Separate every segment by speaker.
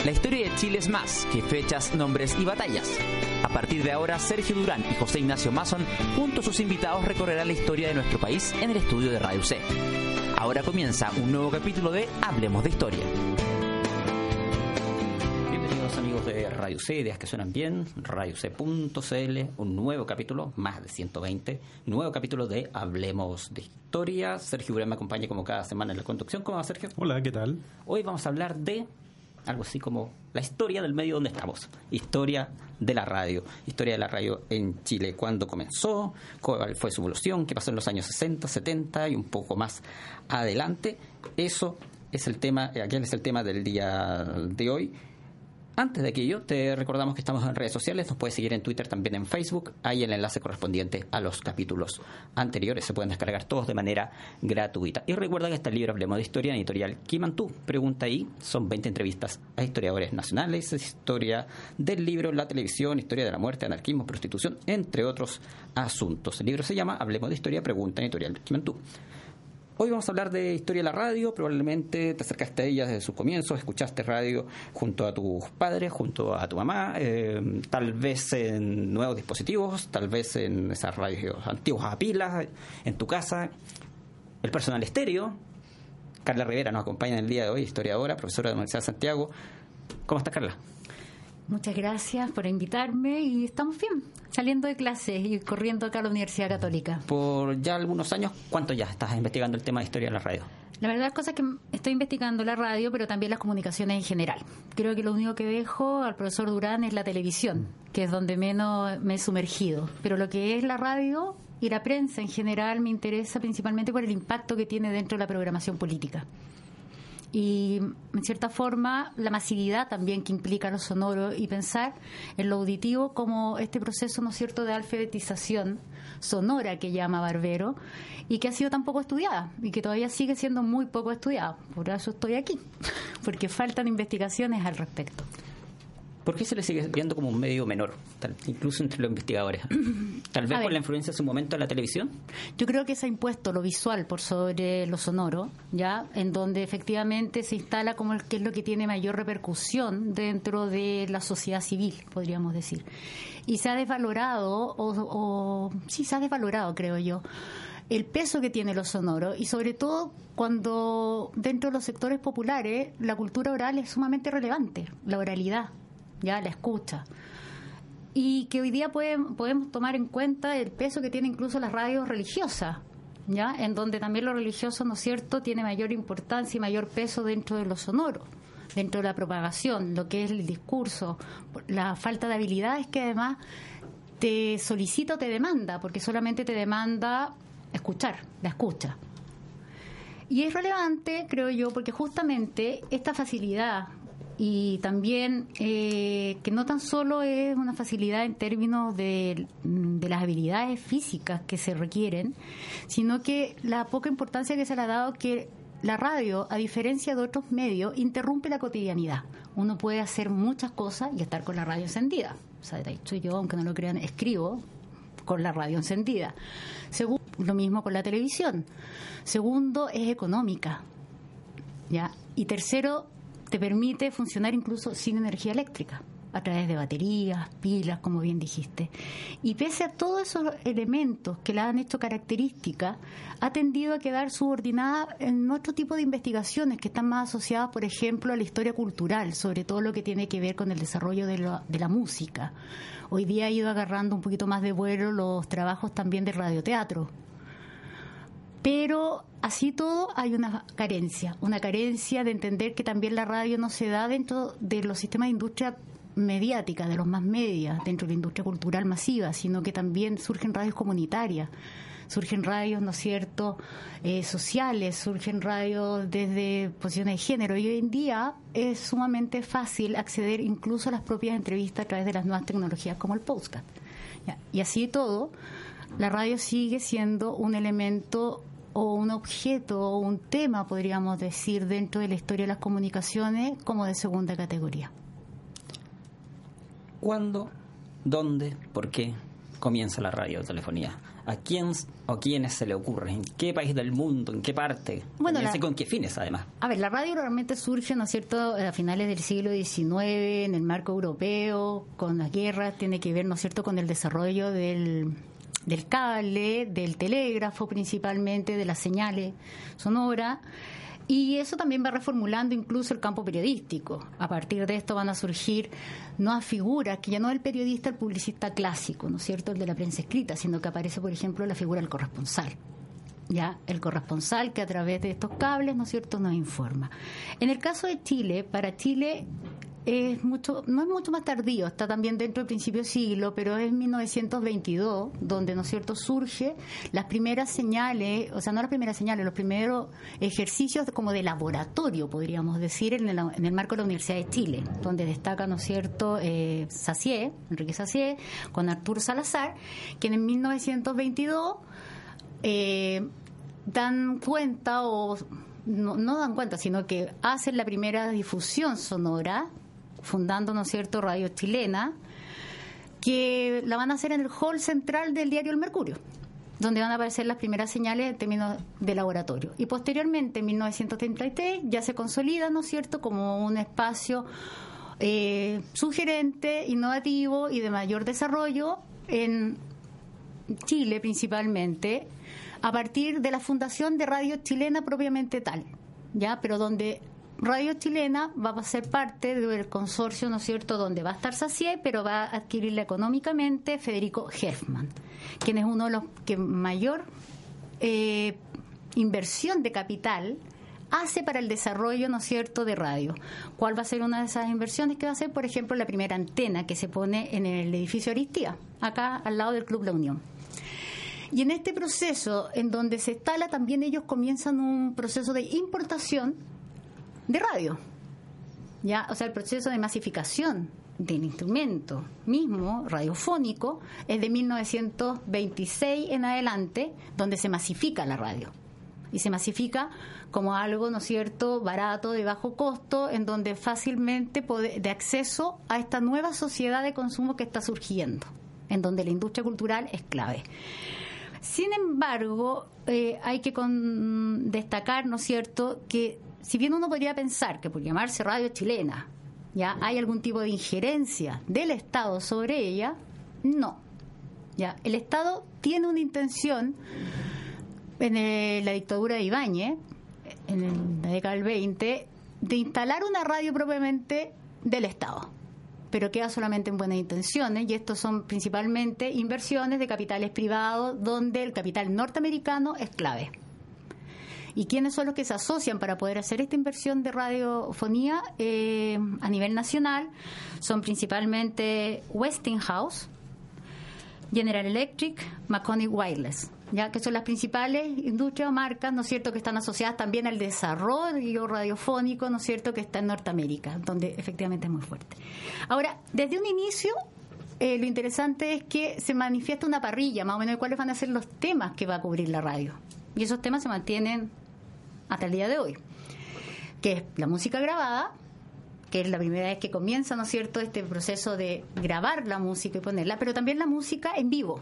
Speaker 1: La historia de Chile es más que fechas, nombres y batallas. A partir de ahora, Sergio Durán y José Ignacio Mason, junto a sus invitados, recorrerán la historia de nuestro país en el estudio de Radio C. Ahora comienza un nuevo capítulo de Hablemos de Historia.
Speaker 2: Bienvenidos amigos de Radio C, Ideas que Suenan Bien, radioc.cl, un nuevo capítulo, más de 120, nuevo capítulo de Hablemos de Historia. Sergio Durán me acompaña como cada semana en la conducción. ¿Cómo va, Sergio?
Speaker 3: Hola, ¿qué tal?
Speaker 2: Hoy vamos a hablar de algo así como la historia del medio donde estamos, historia de la radio en Chile, cuándo comenzó, cuál fue su evolución, qué pasó en los años 60, 70 y un poco más adelante. Eso es el tema, aquel es el tema del día de hoy. Antes de aquello, te recordamos que estamos en redes sociales, nos puedes seguir en Twitter, también en Facebook, hay el enlace correspondiente a los capítulos anteriores, se pueden descargar todos de manera gratuita. Y recuerda que está el libro Hablemos de Historia en editorial Kimantú, pregunta ahí, son 20 entrevistas a historiadores nacionales, historia del libro, la televisión, historia de la muerte, anarquismo, prostitución, entre otros asuntos. El libro se llama Hablemos de Historia, pregunta en editorial Kimantú. Hoy vamos a hablar de historia de la radio. Probablemente te acercaste a ella desde sus comienzos, escuchaste radio junto a tus padres, junto a tu mamá, tal vez en nuevos dispositivos, tal vez en esas radios antiguas a pilas, en tu casa. El personal estéreo. Carla Rivera nos acompaña en el día de hoy, historiadora, profesora de la Universidad de Santiago. ¿Cómo estás, Carla?
Speaker 4: Muchas gracias por invitarme y estamos bien, saliendo de clases y corriendo acá a la Universidad Católica.
Speaker 2: Por ya algunos años, ¿cuánto ya estás investigando el tema de historia de la radio?
Speaker 4: La verdad es que estoy investigando la radio, pero también las comunicaciones en general. Creo que lo único que dejo al profesor Durán es la televisión, que es donde menos me he sumergido. Pero lo que es la radio y la prensa en general me interesa principalmente por el impacto que tiene dentro de la programación política. Y en cierta forma la masividad también que implica lo sonoro y pensar en lo auditivo como este proceso, ¿no es cierto?, de alfabetización sonora que llama Barbero y que ha sido tan poco estudiada y que todavía sigue siendo muy poco estudiada. Por eso estoy aquí, porque faltan investigaciones al respecto.
Speaker 2: ¿Por qué se le sigue viendo como un medio menor, incluso entre los investigadores? ¿Tal vez por la influencia en su momento de la televisión?
Speaker 4: Yo creo que se ha impuesto lo visual por sobre lo sonoro, ya, en donde efectivamente se instala como que es lo que tiene mayor repercusión dentro de la sociedad civil, podríamos decir. Y se ha desvalorado, sí, se ha desvalorado, creo yo, el peso que tiene lo sonoro y sobre todo cuando dentro de los sectores populares la cultura oral es sumamente relevante, la oralidad, ya, la escucha. Y que hoy día podemos tomar en cuenta el peso que tiene incluso las radios religiosas, ya, en donde también lo religioso, ¿no es cierto?, tiene mayor importancia y mayor peso dentro de lo sonoro, dentro de la propagación, lo que es el discurso, la falta de habilidades que además te solicita o te demanda, porque solamente te demanda escuchar, la escucha. Y es relevante, creo yo, porque justamente esta facilidad y también que no tan solo es una facilidad en términos de las habilidades físicas que se requieren, sino que la poca importancia que se le ha dado que la radio, a diferencia de otros medios, interrumpe la cotidianidad. Uno puede hacer muchas cosas y estar con la radio encendida. O sea, de hecho yo, aunque no lo crean, escribo con la radio encendida. Segundo, lo mismo con la televisión. Segundo, es económica, ¿ya? Y tercero, te permite funcionar incluso sin energía eléctrica, a través de baterías, pilas, como bien dijiste. Y pese a todos esos elementos que la han hecho característica, ha tendido a quedar subordinada en otro tipo de investigaciones que están más asociadas, por ejemplo, a la historia cultural, sobre todo lo que tiene que ver con el desarrollo de la música. Hoy día ha ido agarrando un poquito más de vuelo los trabajos también del radioteatro. Pero así todo hay una carencia de entender que también la radio no se da dentro de los sistemas de industria mediática, de los más medias, dentro de la industria cultural masiva, sino que también surgen radios comunitarias, surgen radios, ¿no es cierto?, sociales, surgen radios desde posiciones de género, y hoy en día es sumamente fácil acceder incluso a las propias entrevistas a través de las nuevas tecnologías como el podcast. Y así todo, la radio sigue siendo un elemento o un objeto o un tema, podríamos decir, dentro de la historia de las comunicaciones como de segunda categoría.
Speaker 2: ¿Cuándo, dónde, por qué comienza la radiotelefonía? ¿A quién o quiénes se le ocurre? ¿En qué país del mundo? ¿En qué parte?
Speaker 4: Bueno,
Speaker 2: ¿Con qué fines, además?
Speaker 4: A ver, la radio realmente surge, ¿no es cierto?, a finales del siglo XIX, en el marco europeo, con las guerras, tiene que ver, ¿no es cierto?, con el desarrollo del cable, del telégrafo principalmente, de las señales sonoras. Y eso también va reformulando incluso el campo periodístico. A partir de esto van a surgir nuevas figuras, que ya no es el periodista, el publicista clásico, ¿no es cierto?, el de la prensa escrita, sino que aparece, por ejemplo, la figura del corresponsal. Ya, el corresponsal que a través de estos cables, ¿no es cierto?, nos informa. En el caso de Chile, para Chile no es mucho más tardío, está también dentro del principio siglo, pero es 1922 donde, ¿no es cierto?, surge las primeras señales, o sea, no las primeras señales, los primeros ejercicios como de laboratorio, podríamos decir, en el marco de la Universidad de Chile, donde destaca, ¿no es cierto?, Enrique Sacié, con Arturo Salazar, que en 1922 dan cuenta, o no dan cuenta, sino que hacen la primera difusión sonora, fundando, ¿no es cierto?, Radio Chilena, que la van a hacer en el hall central del diario El Mercurio, donde van a aparecer las primeras señales en términos de laboratorio. Y posteriormente, en 1933, ya se consolida, ¿no es cierto?, como un espacio sugerente, innovativo y de mayor desarrollo en Chile principalmente, a partir de la fundación de Radio Chilena propiamente tal, ya, pero donde Radio Chilena va a ser parte del consorcio, ¿no es cierto?, donde va a estar Sacié, pero va a adquirirla económicamente Federico Hefman, quien es uno de los que mayor inversión de capital hace para el desarrollo, ¿no es cierto?, de radio. ¿Cuál va a ser una de esas inversiones que va a ser? Por ejemplo, la primera antena que se pone en el edificio Aristía, acá al lado del Club La Unión. Y en este proceso, en donde se instala, también ellos comienzan un proceso de importación de radio, ya, o sea, el proceso de masificación del instrumento mismo radiofónico es de 1926 en adelante, donde se masifica la radio. Y se masifica como algo, ¿no es cierto?, barato, de bajo costo, en donde fácilmente de acceso a esta nueva sociedad de consumo que está surgiendo, en donde la industria cultural es clave. Sin embargo, hay que destacar, ¿no es cierto?, que si bien uno podría pensar que por llamarse Radio Chilena ya hay algún tipo de injerencia del Estado sobre ella, no. Ya, el Estado tiene una intención en la dictadura de Ibáñez, en la década del 20, de instalar una radio propiamente del Estado, pero queda solamente en buenas intenciones, y estos son principalmente inversiones de capitales privados, donde el capital norteamericano es clave. ¿Y quiénes son los que se asocian para poder hacer esta inversión de radiofonía a nivel nacional? Son principalmente Westinghouse, General Electric, Marconi Wireless, ya que son las principales industrias o marcas, ¿no es cierto?, que están asociadas también al desarrollo radiofónico, ¿no es cierto?, que está en Norteamérica, donde efectivamente es muy fuerte. Ahora, desde un inicio, lo interesante es que se manifiesta una parrilla, más o menos, de cuáles van a ser los temas que va a cubrir la radio. Y esos temas se mantienen hasta el día de hoy, que es la música grabada, que es la primera vez que comienza, ¿no es cierto?, este proceso de grabar la música y ponerla, pero también la música en vivo.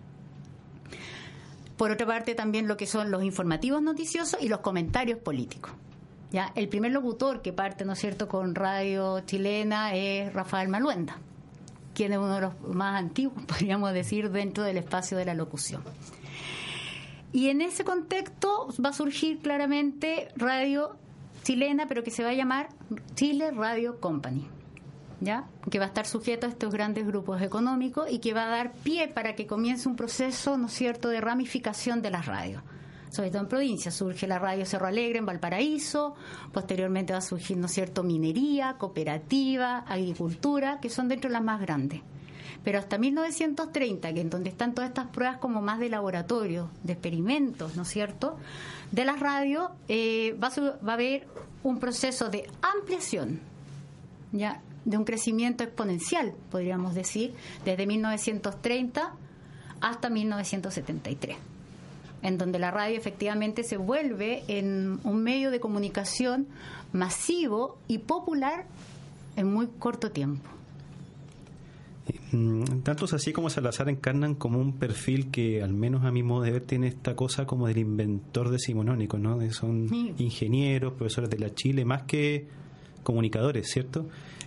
Speaker 4: Por otra parte, también lo que son los informativos noticiosos y los comentarios políticos. Ya, el primer locutor que parte, ¿no es cierto?, con Radio Chilena es Rafael Maluenda, quien es uno de los más antiguos, podríamos decir, dentro del espacio de la locución. Y en ese contexto va a surgir claramente Radio Chilena, pero que se va a llamar Chile Radio Company, ¿ya?, que va a estar sujeto a estos grandes grupos económicos y que va a dar pie para que comience un proceso, ¿no es cierto?, de ramificación de las radios. Sobre todo en provincias surge la Radio Cerro Alegre en Valparaíso, posteriormente va a surgir, ¿no es cierto?, minería, cooperativa, agricultura, que son dentro de las más grandes. Pero hasta 1930, que en donde están todas estas pruebas como más de laboratorio, de experimentos, ¿no es cierto?, de las radios, va a haber un proceso de ampliación, ya, de un crecimiento exponencial, podríamos decir, desde 1930 hasta 1973, en donde la radio efectivamente se vuelve en un medio de comunicación masivo y popular en muy corto tiempo.
Speaker 3: Tantos así como Salazar encarnan como un perfil que, al menos a mi modo de ver, tiene esta cosa como del inventor decimonónico, ¿no? Son ingenieros, profesores de la Chile, más que comunicadores, ¿cierto?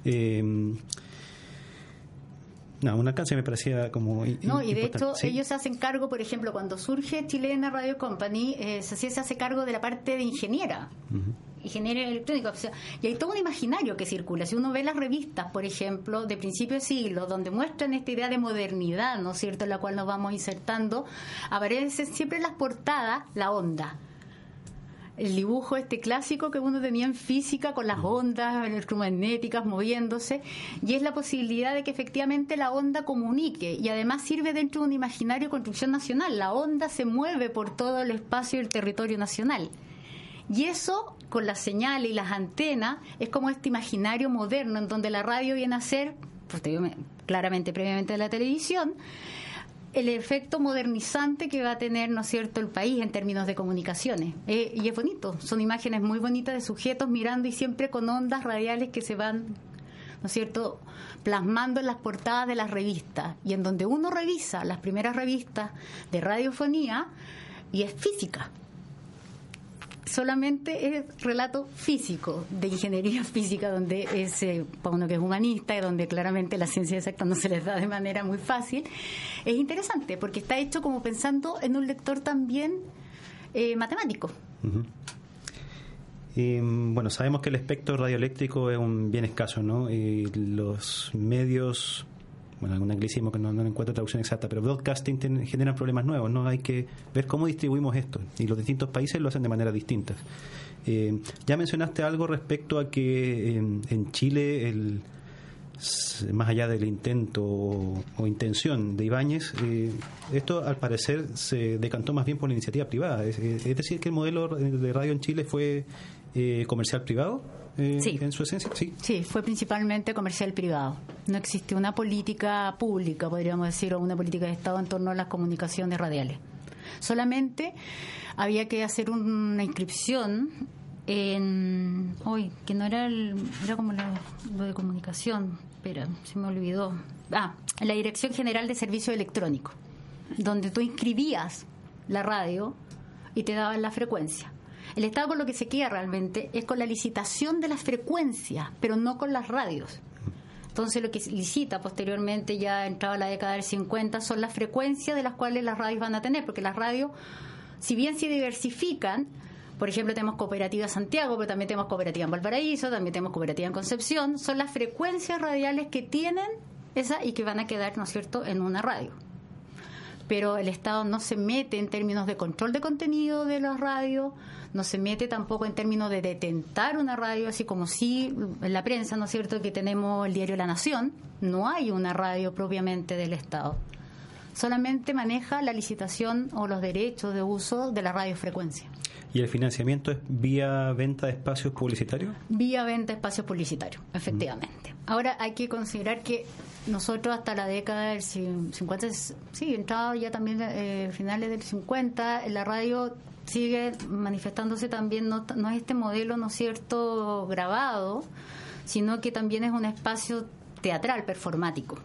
Speaker 3: Un alcance me parecía como
Speaker 4: y de hecho ¿sí? Ellos se hacen cargo, por ejemplo, cuando surge Chilena Radio Company, se hace cargo de la parte de ingeniera. Ingeniería electrónica, o sea, y hay todo un imaginario que circula. Si uno ve las revistas, por ejemplo, de principio de siglo, donde muestran esta idea de modernidad, ¿no es cierto?, en la cual nos vamos insertando, aparece siempre en las portadas la onda. El dibujo clásico que uno tenía en física con las ondas electromagnéticas moviéndose, y es la posibilidad de que efectivamente la onda comunique, y además sirve dentro de un imaginario de construcción nacional. La onda se mueve por todo el espacio y el territorio nacional. Y eso, con las señales y las antenas, es como este imaginario moderno en donde la radio viene a ser, claramente previamente de la televisión, el efecto modernizante que va a tener, ¿no es cierto?, el país en términos de comunicaciones. Y es bonito, son imágenes muy bonitas de sujetos mirando y siempre con ondas radiales que se van, ¿no es cierto?, plasmando en las portadas de las revistas. Y en donde uno revisa las primeras revistas de radiofonía, y es física. Solamente es relato físico, de ingeniería física, donde para uno que es humanista y donde claramente la ciencia exacta no se les da de manera muy fácil. Es interesante porque está hecho como pensando en un lector también matemático.
Speaker 3: Bueno, sabemos que el espectro radioeléctrico es un bien escaso, ¿no? Los medios, algún anglicismo que no encuentro traducción exacta, pero broadcasting generan problemas nuevos, ¿no? Hay que ver cómo distribuimos esto, y los distintos países lo hacen de maneras distintas. Ya mencionaste algo respecto a que en Chile, más allá del intento o intención de Ibáñez, esto al parecer se decantó más bien por la iniciativa privada. Es decir, que el modelo de radio en Chile fue comercial privado.
Speaker 4: Sí.
Speaker 3: En su esencia,
Speaker 4: sí, fue principalmente comercial privado. No existió una política pública, podríamos decir, o una política de Estado en torno a las comunicaciones radiales. Solamente había que hacer una inscripción que no era era como lo de comunicación, espera, se me olvidó. En la Dirección General de Servicios Electrónicos, donde tú inscribías la radio y te daban la frecuencia. El Estado con lo que se queda realmente es con la licitación de las frecuencias, pero no con las radios. Entonces lo que se licita posteriormente, ya entrada la década del 50, son las frecuencias de las cuales las radios van a tener, porque las radios, si bien se diversifican, por ejemplo tenemos Cooperativa Santiago, pero también tenemos Cooperativa en Valparaíso, también tenemos Cooperativa en Concepción, son las frecuencias radiales que tienen esa y que van a quedar, ¿no es cierto?, en una radio. Pero el Estado no se mete en términos de control de contenido de las radios, no se mete tampoco en términos de detentar una radio, así como sí en la prensa, ¿no es cierto?, que tenemos el diario La Nación. No hay una radio propiamente del Estado. Solamente maneja la licitación o los derechos de uso de la radiofrecuencia.
Speaker 3: ¿Y el financiamiento es vía venta de espacios publicitarios? Vía
Speaker 4: venta de espacios publicitarios, efectivamente. Ahora hay que considerar que nosotros hasta la década del 50, entrado ya también finales del 50, la radio sigue manifestándose también, no es este modelo, ¿no es cierto?, grabado, sino que también es un espacio teatral, performático.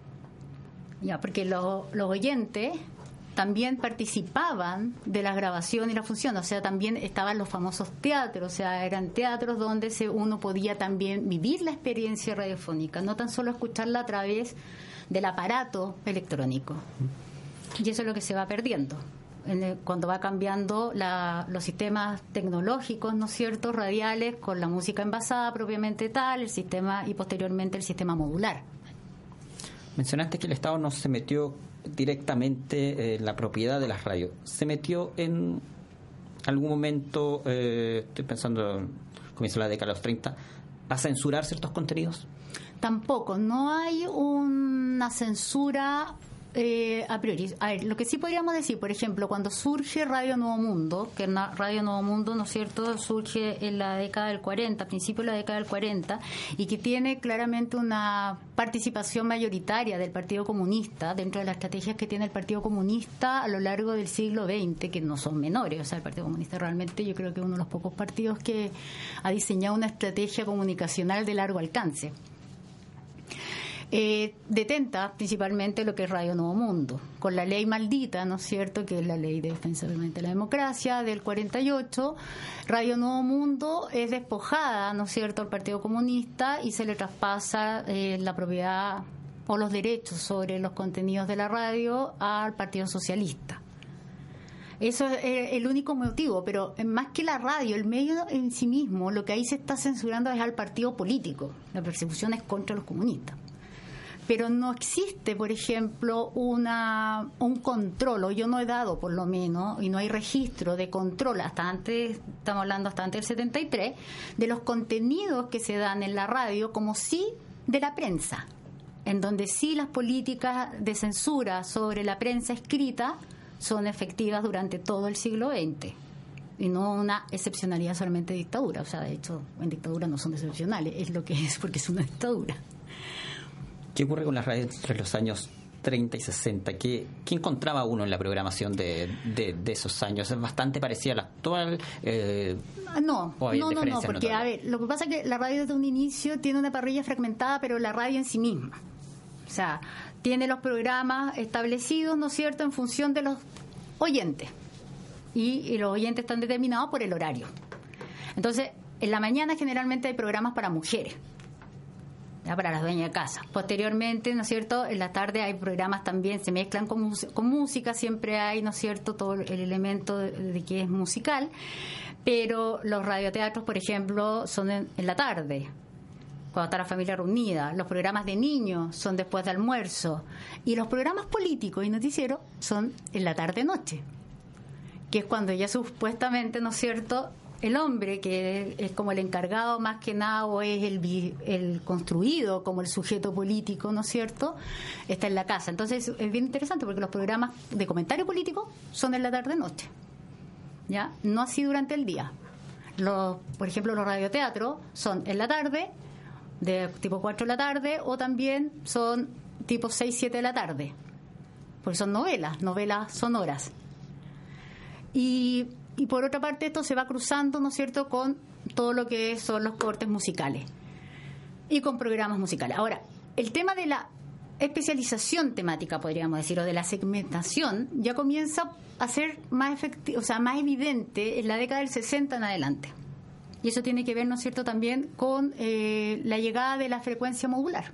Speaker 4: Ya, porque los oyentes también participaban de las grabaciones y la función, o sea, también estaban los famosos teatros, o sea, eran teatros donde uno podía también vivir la experiencia radiofónica, no tan solo escucharla a través del aparato electrónico. Y eso es lo que se va perdiendo cuando va cambiando los sistemas tecnológicos, ¿no es cierto?, radiales, con la música envasada propiamente tal, el sistema, y posteriormente el sistema modular.
Speaker 2: Mencionaste que el Estado no se metió directamente en la propiedad de las radios. ¿Se metió en algún momento, estoy pensando, comienzo de la década de los 30, a censurar ciertos contenidos?
Speaker 4: Tampoco, no hay una censura a priori. A ver, lo que sí podríamos decir, por ejemplo, cuando surge Radio Nuevo Mundo, que Radio Nuevo Mundo, ¿no es cierto?, surge en la década del 40, principio de la década del 40, y que tiene claramente una participación mayoritaria del Partido Comunista dentro de las estrategias que tiene el Partido Comunista a lo largo del siglo XX, que no son menores. O sea, el Partido Comunista realmente yo creo que es uno de los pocos partidos que ha diseñado una estrategia comunicacional de largo alcance. detenta principalmente lo que es Radio Nuevo Mundo, con la ley maldita, ¿no es cierto?, que es la ley de defensa de la democracia del 48, Radio Nuevo Mundo es despojada, ¿no es cierto?, al Partido Comunista y se le traspasa la propiedad o los derechos sobre los contenidos de la radio al Partido Socialista. Eso es el único motivo, pero más que la radio, el medio en sí mismo, lo que ahí se está censurando es al partido político. La persecución es contra los comunistas. Pero no existe, por ejemplo, un control, o yo no he dado por lo menos, y no hay registro de control hasta antes, estamos hablando hasta antes del 73, de los contenidos que se dan en la radio, como sí de la prensa, en donde sí las políticas de censura sobre la prensa escrita son efectivas durante todo el siglo XX y no una excepcionalidad solamente de dictadura. O sea, de hecho, en dictadura no son excepcionales, es lo que es porque es una dictadura.
Speaker 2: ¿Qué ocurre con las radios entre los años 30 y 60? ¿Qué encontraba uno en la programación de esos años? ¿Es bastante parecida a la actual?
Speaker 4: No, porque notables? A ver, lo que pasa es que la radio desde un inicio tiene una parrilla fragmentada, pero la radio en sí misma. O sea, tiene los programas establecidos, ¿no es cierto?, en función de los oyentes. Y los oyentes están determinados por el horario. Entonces, en la mañana generalmente hay programas para mujeres, ¿ya?, para las dueñas de casa. Posteriormente, ¿no es cierto?, en la tarde hay programas también, se mezclan con música, siempre hay, ¿no es cierto?, todo el elemento de que es musical, pero los radioteatros, por ejemplo, son en la tarde, cuando está la familia reunida. Los programas de niños son después de almuerzo, y los programas políticos y noticieros son en la tarde-noche, que es cuando ya supuestamente, ¿no es cierto?, el hombre, que es como el encargado más que nada, o es el construido como el sujeto político, ¿no es cierto?, está en la casa. Entonces es bien interesante porque los programas de comentario político son en la tarde-noche, ¿ya? No así durante el día. Por ejemplo, los radioteatros son en la tarde, de tipo 4 de la tarde, o también son tipo 6, 7 de la tarde, porque son novelas sonoras. Y por otra parte esto se va cruzando, ¿no es cierto?, con todo lo que son los cortes musicales y con programas musicales. Ahora, el tema de la especialización temática, podríamos decir, o de la segmentación, ya comienza a ser más efectivo, o sea, más evidente en la década del 60 en adelante. Y eso tiene que ver, ¿no es cierto?, también con la llegada de la frecuencia modular,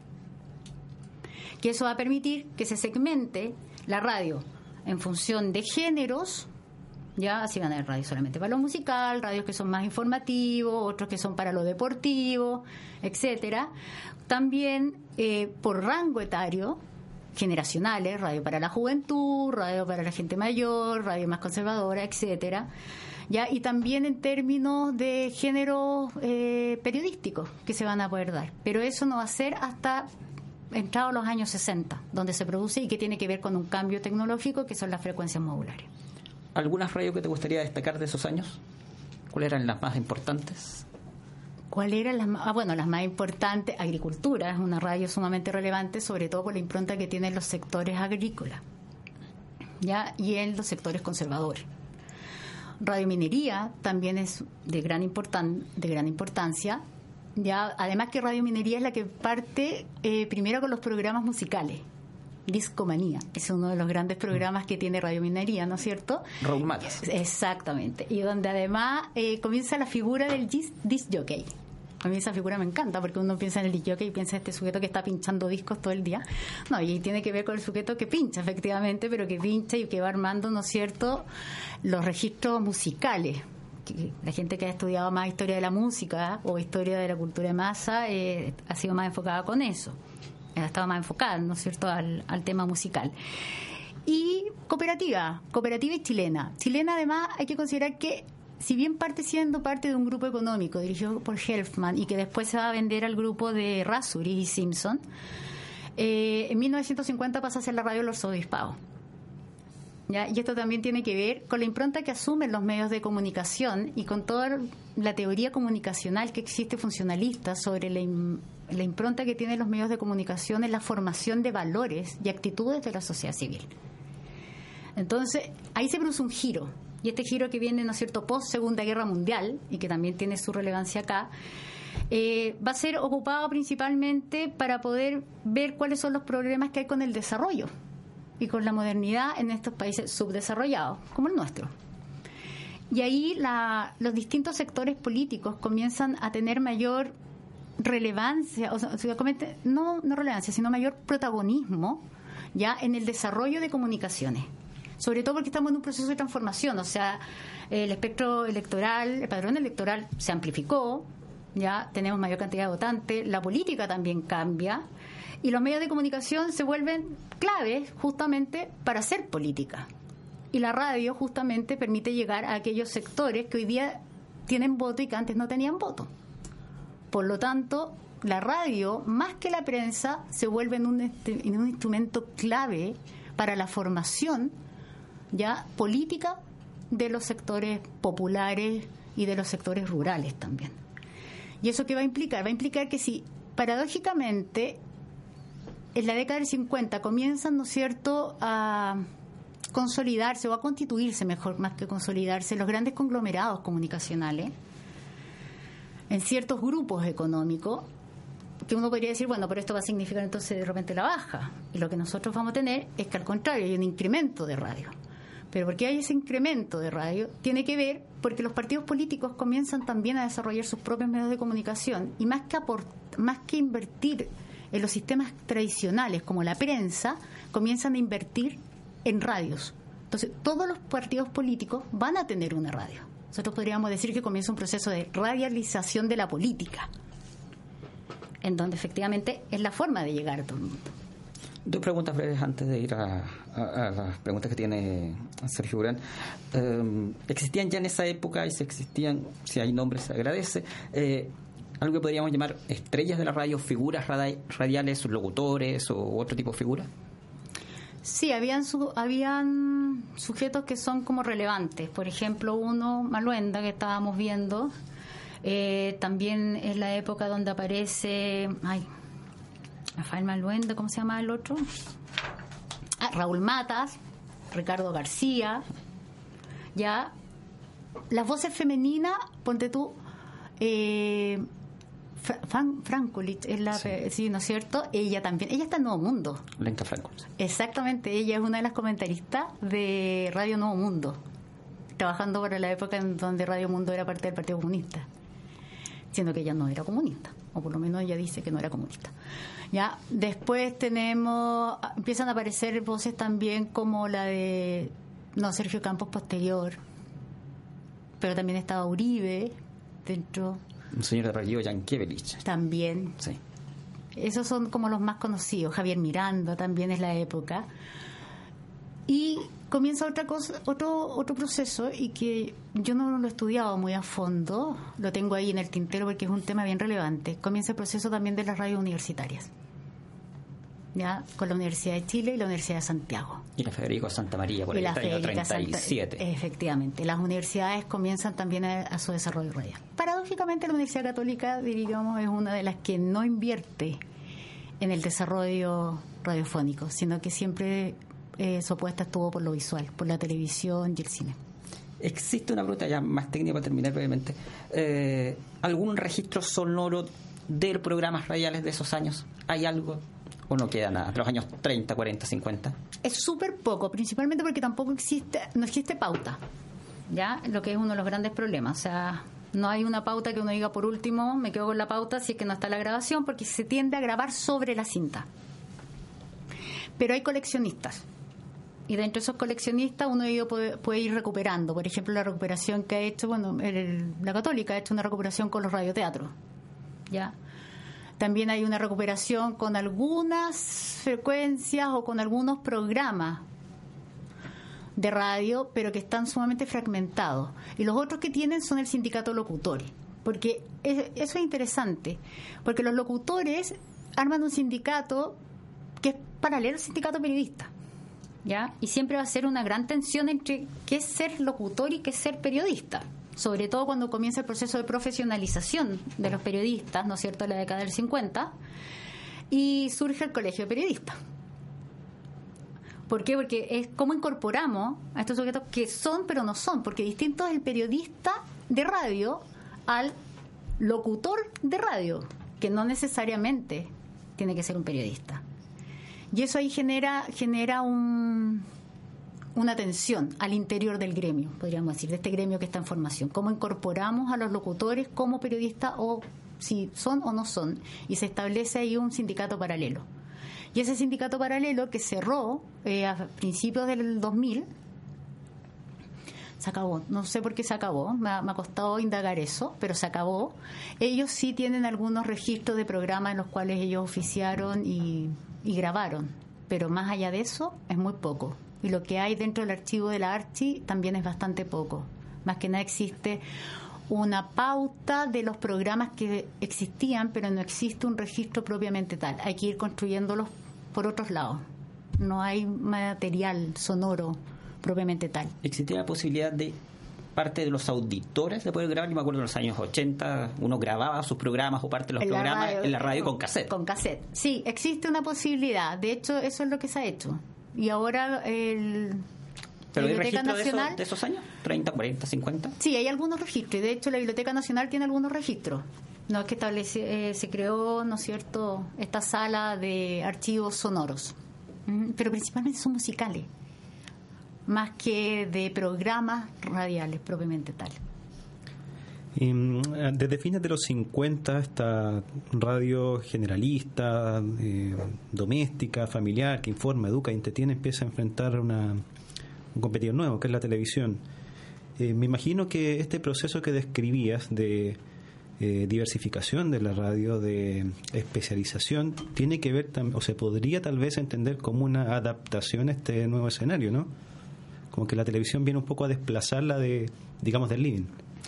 Speaker 4: que eso va a permitir que se segmente la radio en función de géneros. Ya, así van a haber radios solamente para lo musical, radios que son más informativos, otros que son para lo deportivo, etcétera. También por rango etario, generacionales, radio para la juventud, radio para la gente mayor, radio más conservadora, etcétera. Ya, y también en términos de género periodístico que se van a poder dar. Pero eso no va a ser hasta entrados los años 60, donde se produce, y que tiene que ver con un cambio tecnológico que son las frecuencias modulares.
Speaker 2: ¿Algunas radios que te gustaría destacar de esos años? ¿Cuáles eran las más importantes?
Speaker 4: ¿Cuáles eran las más? Bueno, las más importantes, Agricultura es una radio sumamente relevante, sobre todo por la impronta que tienen los sectores agrícolas, ¿ya?, y en los sectores conservadores. Radio Minería también es de gran importancia, ¿ya? Además que Radio Minería es la que parte primero con los programas musicales. Discomanía es uno de los grandes programas que tiene Radio Minería, ¿no es cierto?
Speaker 2: Raúl Matas.
Speaker 4: Exactamente. Y donde además comienza la figura del disc jockey. A mí esa figura me encanta, porque uno piensa en el disc jockey y piensa en este sujeto que está pinchando discos todo el día. No, y tiene que ver con el sujeto que pincha, efectivamente, pero que pincha y que va armando, ¿no es cierto?, los registros musicales. La gente que ha estudiado más historia de la música o historia de la cultura de masa ha sido más enfocada con eso. Ha estado más enfocada, ¿no es cierto?, al tema musical. Y cooperativa y chilena. Chilena, además, hay que considerar que, si bien parte siendo parte de un grupo económico dirigido por Helfman y que después se va a vender al grupo de Rasuri y Simpson, en 1950 pasa a ser la radio del arzobispado. ¿Ya? Y esto también tiene que ver con la impronta que asumen los medios de comunicación y con toda la teoría comunicacional que existe funcionalista sobre la impronta que tienen los medios de comunicación en la formación de valores y actitudes de la sociedad civil. Entonces, ahí se produce un giro, y este giro que viene, ¿no es cierto?, post Segunda Guerra Mundial, y que también tiene su relevancia acá, va a ser ocupado principalmente para poder ver cuáles son los problemas que hay con el desarrollo y con la modernidad en estos países subdesarrollados, como el nuestro. Y ahí los distintos sectores políticos comienzan a tener mayor relevancia, o sea, no relevancia, sino mayor protagonismo ya en el desarrollo de comunicaciones. Sobre todo porque estamos en un proceso de transformación, o sea, el espectro electoral, el padrón electoral se amplificó, ya tenemos mayor cantidad de votantes, la política también cambia y los medios de comunicación se vuelven claves justamente para hacer política. Y la radio justamente permite llegar a aquellos sectores que hoy día tienen voto y que antes no tenían voto. Por lo tanto, la radio, más que la prensa, se vuelve en un instrumento clave para la formación ya política de los sectores populares y de los sectores rurales también. ¿Y eso qué va a implicar? Va a implicar que si, paradójicamente, en la década del 50 comienzan, ¿no es cierto?, a consolidarse o a constituirse, mejor, más que consolidarse, los grandes conglomerados comunicacionales en ciertos grupos económicos, que uno podría decir, bueno, pero esto va a significar entonces de repente la baja. Y lo que nosotros vamos a tener es que al contrario, hay un incremento de radio. Pero ¿por qué hay ese incremento de radio? Tiene que ver porque los partidos políticos comienzan también a desarrollar sus propios medios de comunicación y más que invertir en los sistemas tradicionales como la prensa, comienzan a invertir en radios. Entonces, todos los partidos políticos van a tener una radio. Nosotros podríamos decir que comienza un proceso de radialización de la política, en donde efectivamente es la forma de llegar a todo el mundo.
Speaker 2: Dos preguntas breves antes de ir a las preguntas que tiene Sergio Durán. ¿Existían ya en esa época, y si existían, si hay nombres, se agradece, algo que podríamos llamar estrellas de la radio, figuras radiales, locutores o otro tipo de figuras?
Speaker 4: Sí, habían sujetos que son como relevantes. Por ejemplo, uno, Maluenda, que estábamos viendo. También es la época donde aparece... Rafael Maluenda, ¿cómo se llama el otro? Raúl Matas, Ricardo García. Ya, las voces femeninas, ponte tú, Frankulich es la, sí, ¿no es cierto? Ella también, ella está en Nuevo Mundo.
Speaker 2: Lenka Frankulich.
Speaker 4: Exactamente, ella es una de las comentaristas de Radio Nuevo Mundo, trabajando para la época en donde Radio Mundo era parte del Partido Comunista, siendo que ella no era comunista, o por lo menos ella dice que no era comunista. Ya, después empiezan a aparecer voces también como la de Sergio Campos posterior, pero también estaba Uribe dentro.
Speaker 2: Un señor de apellido Yankiewicz.
Speaker 4: También.
Speaker 2: Sí.
Speaker 4: Esos son como los más conocidos. Javier Miranda también es la época. Y comienza otra cosa, otro proceso, y que yo no lo he estudiado muy a fondo, lo tengo ahí en el tintero porque es un tema bien relevante. Comienza el proceso también de las radios universitarias, ya, con la Universidad de Chile y la Universidad de Santiago.
Speaker 2: Y la Federico Santa María, por el año 37.
Speaker 4: Efectivamente, las universidades comienzan también a su desarrollo radial. Paradójicamente, la Universidad Católica, diríamos, es una de las que no invierte en el desarrollo radiofónico, sino que siempre su apuesta estuvo por lo visual, por la televisión y el cine.
Speaker 2: Existe una pregunta ya más técnica para terminar brevemente. ¿Algún registro sonoro de programas radiales de esos años? ¿Hay algo? ¿O no queda nada? ¿De los años 30, 40, 50?
Speaker 4: Es súper poco, principalmente porque tampoco no existe pauta, ¿ya? Lo que es uno de los grandes problemas. O sea, no hay una pauta que uno diga, por último, me quedo con la pauta si es que no está la grabación, porque se tiende a grabar sobre la cinta. Pero hay coleccionistas. Y dentro de esos coleccionistas uno puede ir recuperando. Por ejemplo, la recuperación que ha hecho, la Católica ha hecho una recuperación con los radioteatros, ¿ya? También hay una recuperación con algunas frecuencias o con algunos programas de radio, pero que están sumamente fragmentados. Y los otros que tienen son el sindicato de locutores. Porque eso es interesante, porque los locutores arman un sindicato que es paralelo al sindicato periodista, ¿ya? Y siempre va a ser una gran tensión entre qué es ser locutor y qué es ser periodista, sobre todo cuando comienza el proceso de profesionalización de los periodistas, ¿no es cierto?, en la década del 50, y surge el Colegio de Periodistas. ¿Por qué? Porque es cómo incorporamos a estos sujetos que son pero no son, porque distinto es el periodista de radio al locutor de radio, que no necesariamente tiene que ser un periodista. Y eso ahí genera una tensión al interior del gremio, podríamos decir, de este gremio que está en formación. ¿Cómo incorporamos a los locutores como periodistas, o si son o no son? Y se establece ahí un sindicato paralelo. Y ese sindicato paralelo, que cerró a principios del 2000, se acabó. No sé por qué se acabó, me ha costado indagar eso, pero se acabó. Ellos sí tienen algunos registros de programas en los cuales ellos oficiaron y grabaron, pero más allá de eso es muy poco. Y lo que hay dentro del archivo de la Archi también es bastante poco. Más que nada existe una pauta de los programas que existían, pero no existe un registro propiamente tal. Hay que ir construyéndolos por otros lados. No hay material sonoro propiamente tal.
Speaker 2: ¿Existía la posibilidad de parte de los auditores de poder grabar? Yo me acuerdo en los años 80 uno grababa sus programas o parte de los programas en la radio con cassette.
Speaker 4: Con cassette. Sí, existe una posibilidad. De hecho, eso es lo que se ha hecho. Y ahora
Speaker 2: ¿Pero hay registro de esos años? ¿30, 40, 50?
Speaker 4: Sí, hay algunos registros. Y de hecho, la Biblioteca Nacional tiene algunos registros. No es que se creó, ¿no es cierto?, esta sala de archivos sonoros. Pero principalmente son musicales, más que de programas radiales propiamente tal.
Speaker 3: Y desde fines de los 50, esta radio generalista, doméstica, familiar, que informa, educa, entretiene, empieza a enfrentar un competidor nuevo, que es la televisión. Me imagino que este proceso que describías de diversificación de la radio, de especialización, tiene que ver, o se podría tal vez entender como una adaptación a este nuevo escenario, ¿no? Como que la televisión viene un poco a desplazarla del living.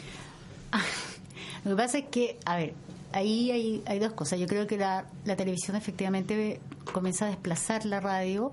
Speaker 4: Lo que pasa es que, a ver, ahí hay dos cosas. Yo creo que la televisión efectivamente comienza a desplazar la radio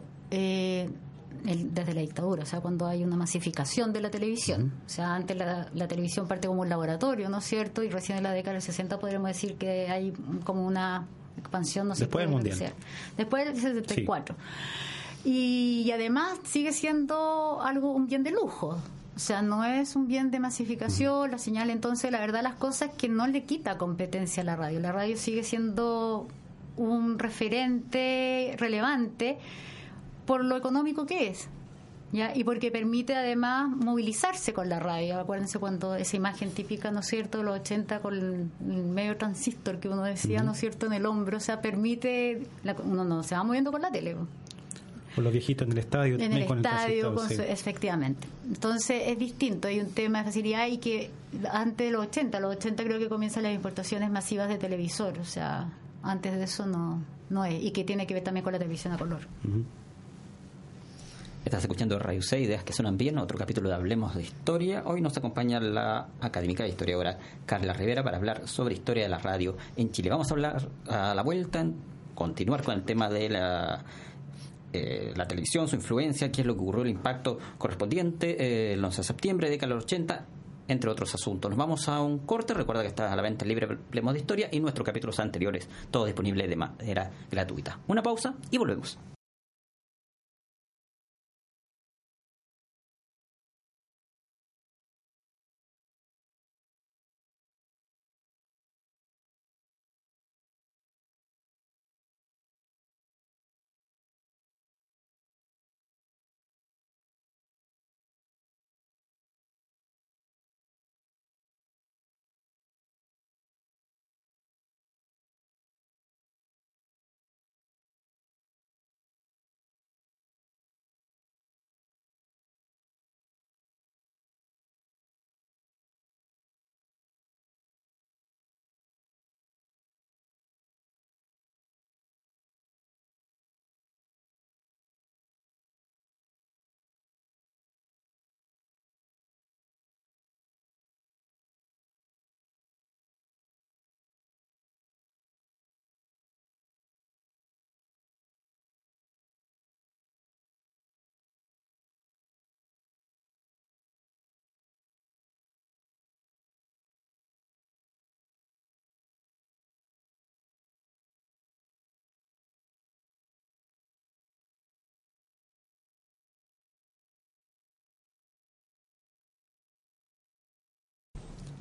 Speaker 4: desde la dictadura, o sea, cuando hay una masificación de la televisión. O sea, antes la televisión parte como un laboratorio, ¿no es cierto? Y recién en la década del 60 podríamos decir que hay como una expansión, no sé.
Speaker 3: Después del Mundial.
Speaker 4: Después del 74. Sí. Y además sigue siendo un bien de lujo. O sea, no es un bien de masificación, la señal. Entonces, la verdad, las cosas es que no le quita competencia a la radio. La radio sigue siendo un referente relevante por lo económico que es, ¿ya? Y porque permite además movilizarse con la radio. Acuérdense cuando esa imagen típica, ¿no es cierto?, de los 80 con el medio transistor que uno decía, ¿no es cierto?, en el hombro. O sea, permite, uno no se va moviendo con la tele.
Speaker 3: Por los viejitos en el estadio.
Speaker 4: En el estadio,
Speaker 3: sí.
Speaker 4: Efectivamente. Entonces es distinto, hay un tema de facilidad, y que antes de los 80 creo que comienzan las importaciones masivas de televisor, o sea, antes de eso no es, y que tiene que ver también con la televisión a color.
Speaker 2: Estás escuchando Radio C, Ideas que Suenan Bien, otro capítulo de Hablemos de Historia. Hoy nos acompaña la académica de historiadora Carla Rivera para hablar sobre historia de la radio en Chile. Vamos a hablar a la vuelta, continuar con el tema de la televisión, su influencia, qué es lo que ocurrió, el impacto correspondiente, el 11 de septiembre, década de los 80, entre otros asuntos. Nos vamos a un corte. Recuerda que está a la venta libre Hablemos de Historia y nuestros capítulos anteriores, todo disponible de manera gratuita. Una pausa y volvemos.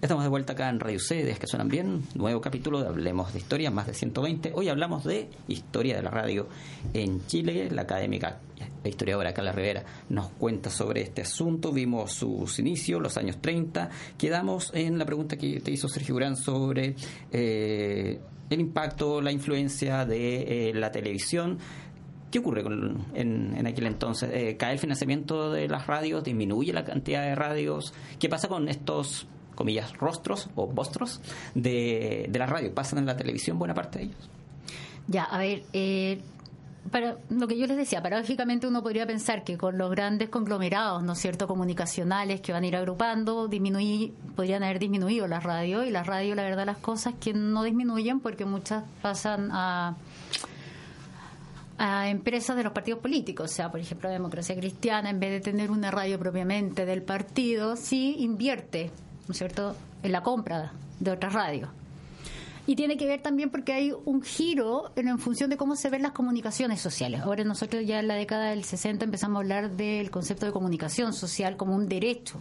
Speaker 2: Estamos de vuelta acá en Radio UC, Ideas que Suenan Bien, nuevo capítulo de Hablemos de Historia, más de 120. Hoy hablamos de historia de la radio en Chile. La académica e historiadora Carla Rivera nos cuenta sobre este asunto. Vimos sus inicios, los años 30. Quedamos en la pregunta que te hizo Sergio Durán sobre el impacto, la influencia de la televisión. ¿Qué ocurre en aquel entonces? ¿Cae el financiamiento de las radios? ¿Disminuye la cantidad de radios? ¿Qué pasa con estos, comillas, rostros o vostros de la radio? ¿Pasan en la televisión buena parte de ellos?
Speaker 4: Ya, a ver, para lo que yo les decía, paradójicamente uno podría pensar que con los grandes conglomerados, ¿no es cierto?, comunicacionales que van a ir agrupando, podrían haber disminuido las radios, y las radios, la verdad, las cosas que no disminuyen porque muchas pasan a empresas de los partidos políticos. O sea, por ejemplo, Democracia Cristiana, en vez de tener una radio propiamente del partido, sí invierte, ¿no es cierto?, en la compra de otras radios. Y tiene que ver también porque hay un giro en función de cómo se ven las comunicaciones sociales. Ahora nosotros ya en la década del 60 empezamos a hablar del concepto de comunicación social como un derecho,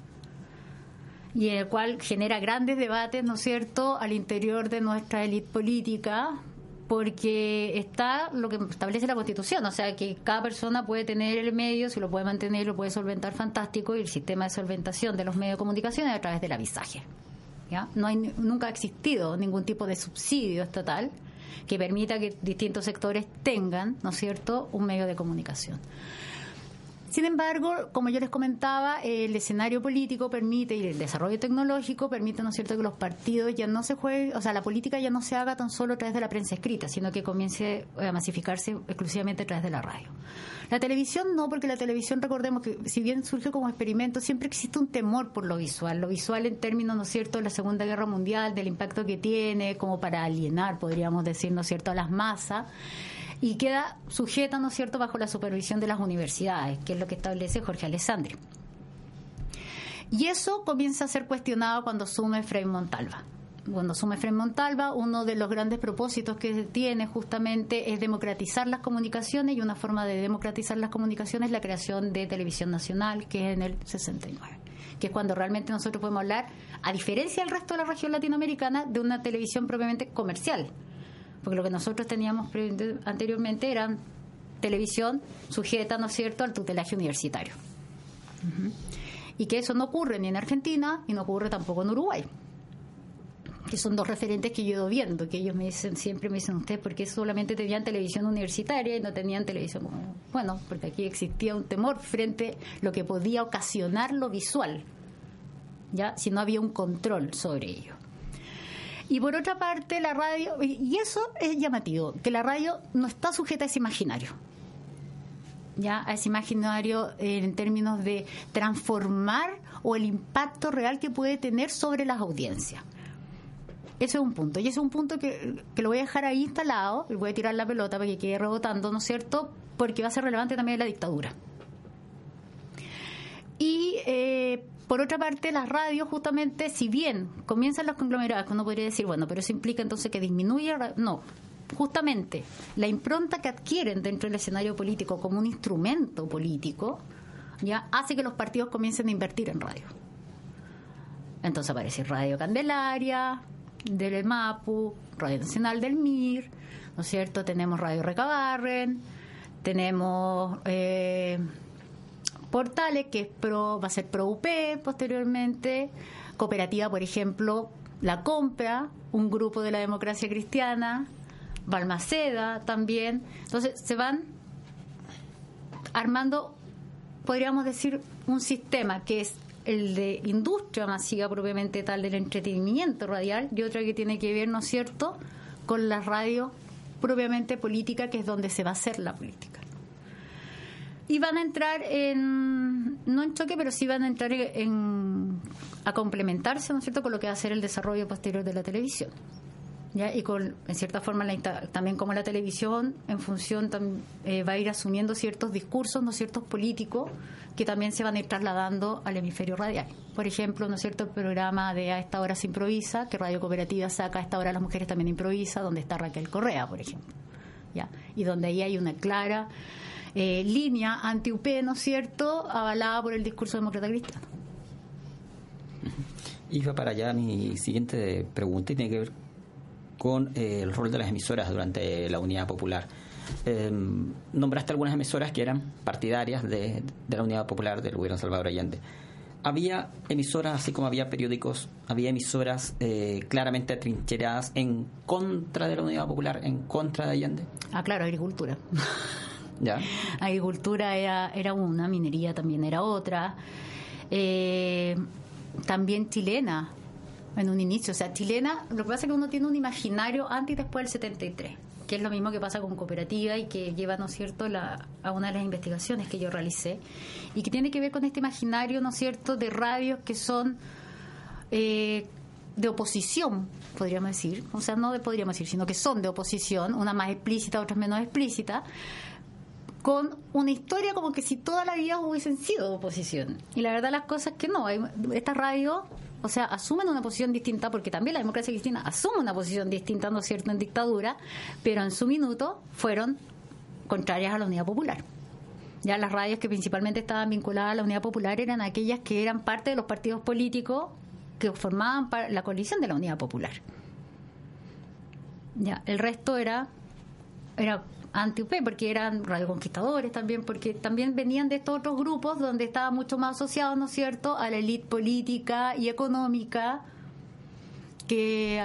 Speaker 4: y en el cual genera grandes debates, ¿no es cierto?, al interior de nuestra élite política, porque está lo que establece la Constitución, o sea, que cada persona puede tener el medio, si lo puede mantener, lo puede solventar, fantástico, y el sistema de solventación de los medios de comunicación es a través del avisaje. ¿Ya? Nunca ha existido ningún tipo de subsidio estatal que permita que distintos sectores tengan, ¿no es cierto?, un medio de comunicación. Sin embargo, como yo les comentaba, el escenario político permite, y el desarrollo tecnológico permite, ¿no es cierto?, que los partidos ya no se jueguen, o sea, la política ya no se haga tan solo a través de la prensa escrita, sino que comience a masificarse exclusivamente a través de la radio. La televisión no, porque la televisión, recordemos que si bien surge como experimento, siempre existe un temor por lo visual en términos, ¿no es cierto?, de la Segunda Guerra Mundial, del impacto que tiene, como para alienar, podríamos decir, ¿no es cierto?, a las masas, y queda sujeta, ¿no es cierto?, bajo la supervisión de las universidades, que es lo que establece Jorge Alessandri. Y eso comienza a ser cuestionado cuando asume Frei Montalva. Cuando asume Frei Montalva, uno de los grandes propósitos que tiene justamente es democratizar las comunicaciones, y una forma de democratizar las comunicaciones es la creación de Televisión Nacional, que es en el 69, que es cuando realmente nosotros podemos hablar, a diferencia del resto de la región latinoamericana, de una televisión propiamente comercial. Porque lo que nosotros teníamos anteriormente era televisión sujeta, ¿no es cierto?, al tutelaje universitario. Uh-huh. Y que eso no ocurre ni en Argentina y no ocurre tampoco en Uruguay, que son dos referentes que yo he ido viendo, que ellos siempre me dicen, ustedes, ¿por qué solamente tenían televisión universitaria y no tenían televisión? Bueno, porque aquí existía un temor frente a lo que podía ocasionar lo visual, ya, si no había un control sobre ello. Y por otra parte, la radio, y eso es llamativo, que la radio no está sujeta a ese imaginario, ya, a ese imaginario en términos de transformar o el impacto real que puede tener sobre las audiencias. Ese es un punto, y ese es un punto que lo voy a dejar ahí instalado, y voy a tirar la pelota para que quede rebotando, ¿no es cierto?, porque va a ser relevante también la dictadura. Y por otra parte, las radios, justamente, si bien comienzan los conglomerados, uno podría decir, bueno, pero eso implica entonces que disminuye. No, justamente la impronta que adquieren dentro del escenario político como un instrumento político, ya hace que los partidos comiencen a invertir en radio. Entonces aparece Radio Candelaria del MAPU, Radio Nacional del MIR, ¿no es cierto? Tenemos Radio Recabarren, tenemos Portales, que va a ser pro UP posteriormente, Cooperativa, por ejemplo, La Compra, un grupo de la Democracia Cristiana, Balmaceda también. Entonces se van armando, podríamos decir, un sistema que es el de industria masiva propiamente tal del entretenimiento radial, y otra que tiene que ver, ¿no es cierto?, con la radio propiamente política, que es donde se va a hacer la política. Y van a entrar no en choque, pero sí van a entrar a complementarse, ¿no es cierto?, con lo que va a ser el desarrollo posterior de la televisión. ¿Ya? Y en cierta forma también como la televisión en función va a ir asumiendo ciertos discursos, ¿no es cierto?, políticos, que también se van a ir trasladando al hemisferio radial. Por ejemplo, ¿no es cierto?, el programa de A esta hora se improvisa, que Radio Cooperativa saca A esta hora las mujeres también improvisa, donde está Raquel Correa, por ejemplo, ¿ya? Y donde ahí hay una clara línea anti-UP, ¿no es cierto?, avalada por el discurso demócrata cristiano.
Speaker 2: Iba para allá mi siguiente pregunta y tiene que ver con el rol de las emisoras durante la Unidad Popular. Nombraste algunas emisoras que eran partidarias de la Unidad Popular del gobierno de Salvador Allende. ¿Había emisoras, así como había periódicos, había emisoras claramente atrincheradas en contra de la Unidad Popular, en contra de Allende?
Speaker 4: Claro, agricultura.
Speaker 2: ¿Ya?
Speaker 4: Agricultura era una, minería también era otra. También chilena, en un inicio. O sea, chilena, lo que pasa es que uno tiene un imaginario antes y después del 73, que es lo mismo que pasa con cooperativa y que lleva, ¿no es cierto?, a una de las investigaciones que yo realicé, y que tiene que ver con este imaginario, ¿no es cierto?, de radios que son de oposición, podríamos decir. O sea, no podríamos decir, sino que son de oposición, una más explícita, otras menos explícita, con una historia como que si toda la vida hubiesen sido de oposición. Y la verdad las cosas es que no, estas radios, o sea, asumen una posición distinta, porque también la democracia cristiana asume una posición distinta, ¿no es cierto?, en dictadura, pero en su minuto fueron contrarias a la Unidad Popular. Ya las radios que principalmente estaban vinculadas a la Unidad Popular eran aquellas que eran parte de los partidos políticos que formaban la coalición de la Unidad Popular. Ya, el resto era anti-UP, porque eran radioconquistadores también, porque también venían de estos otros grupos donde estaba mucho más asociado, ¿no es cierto?, a la élite política y económica que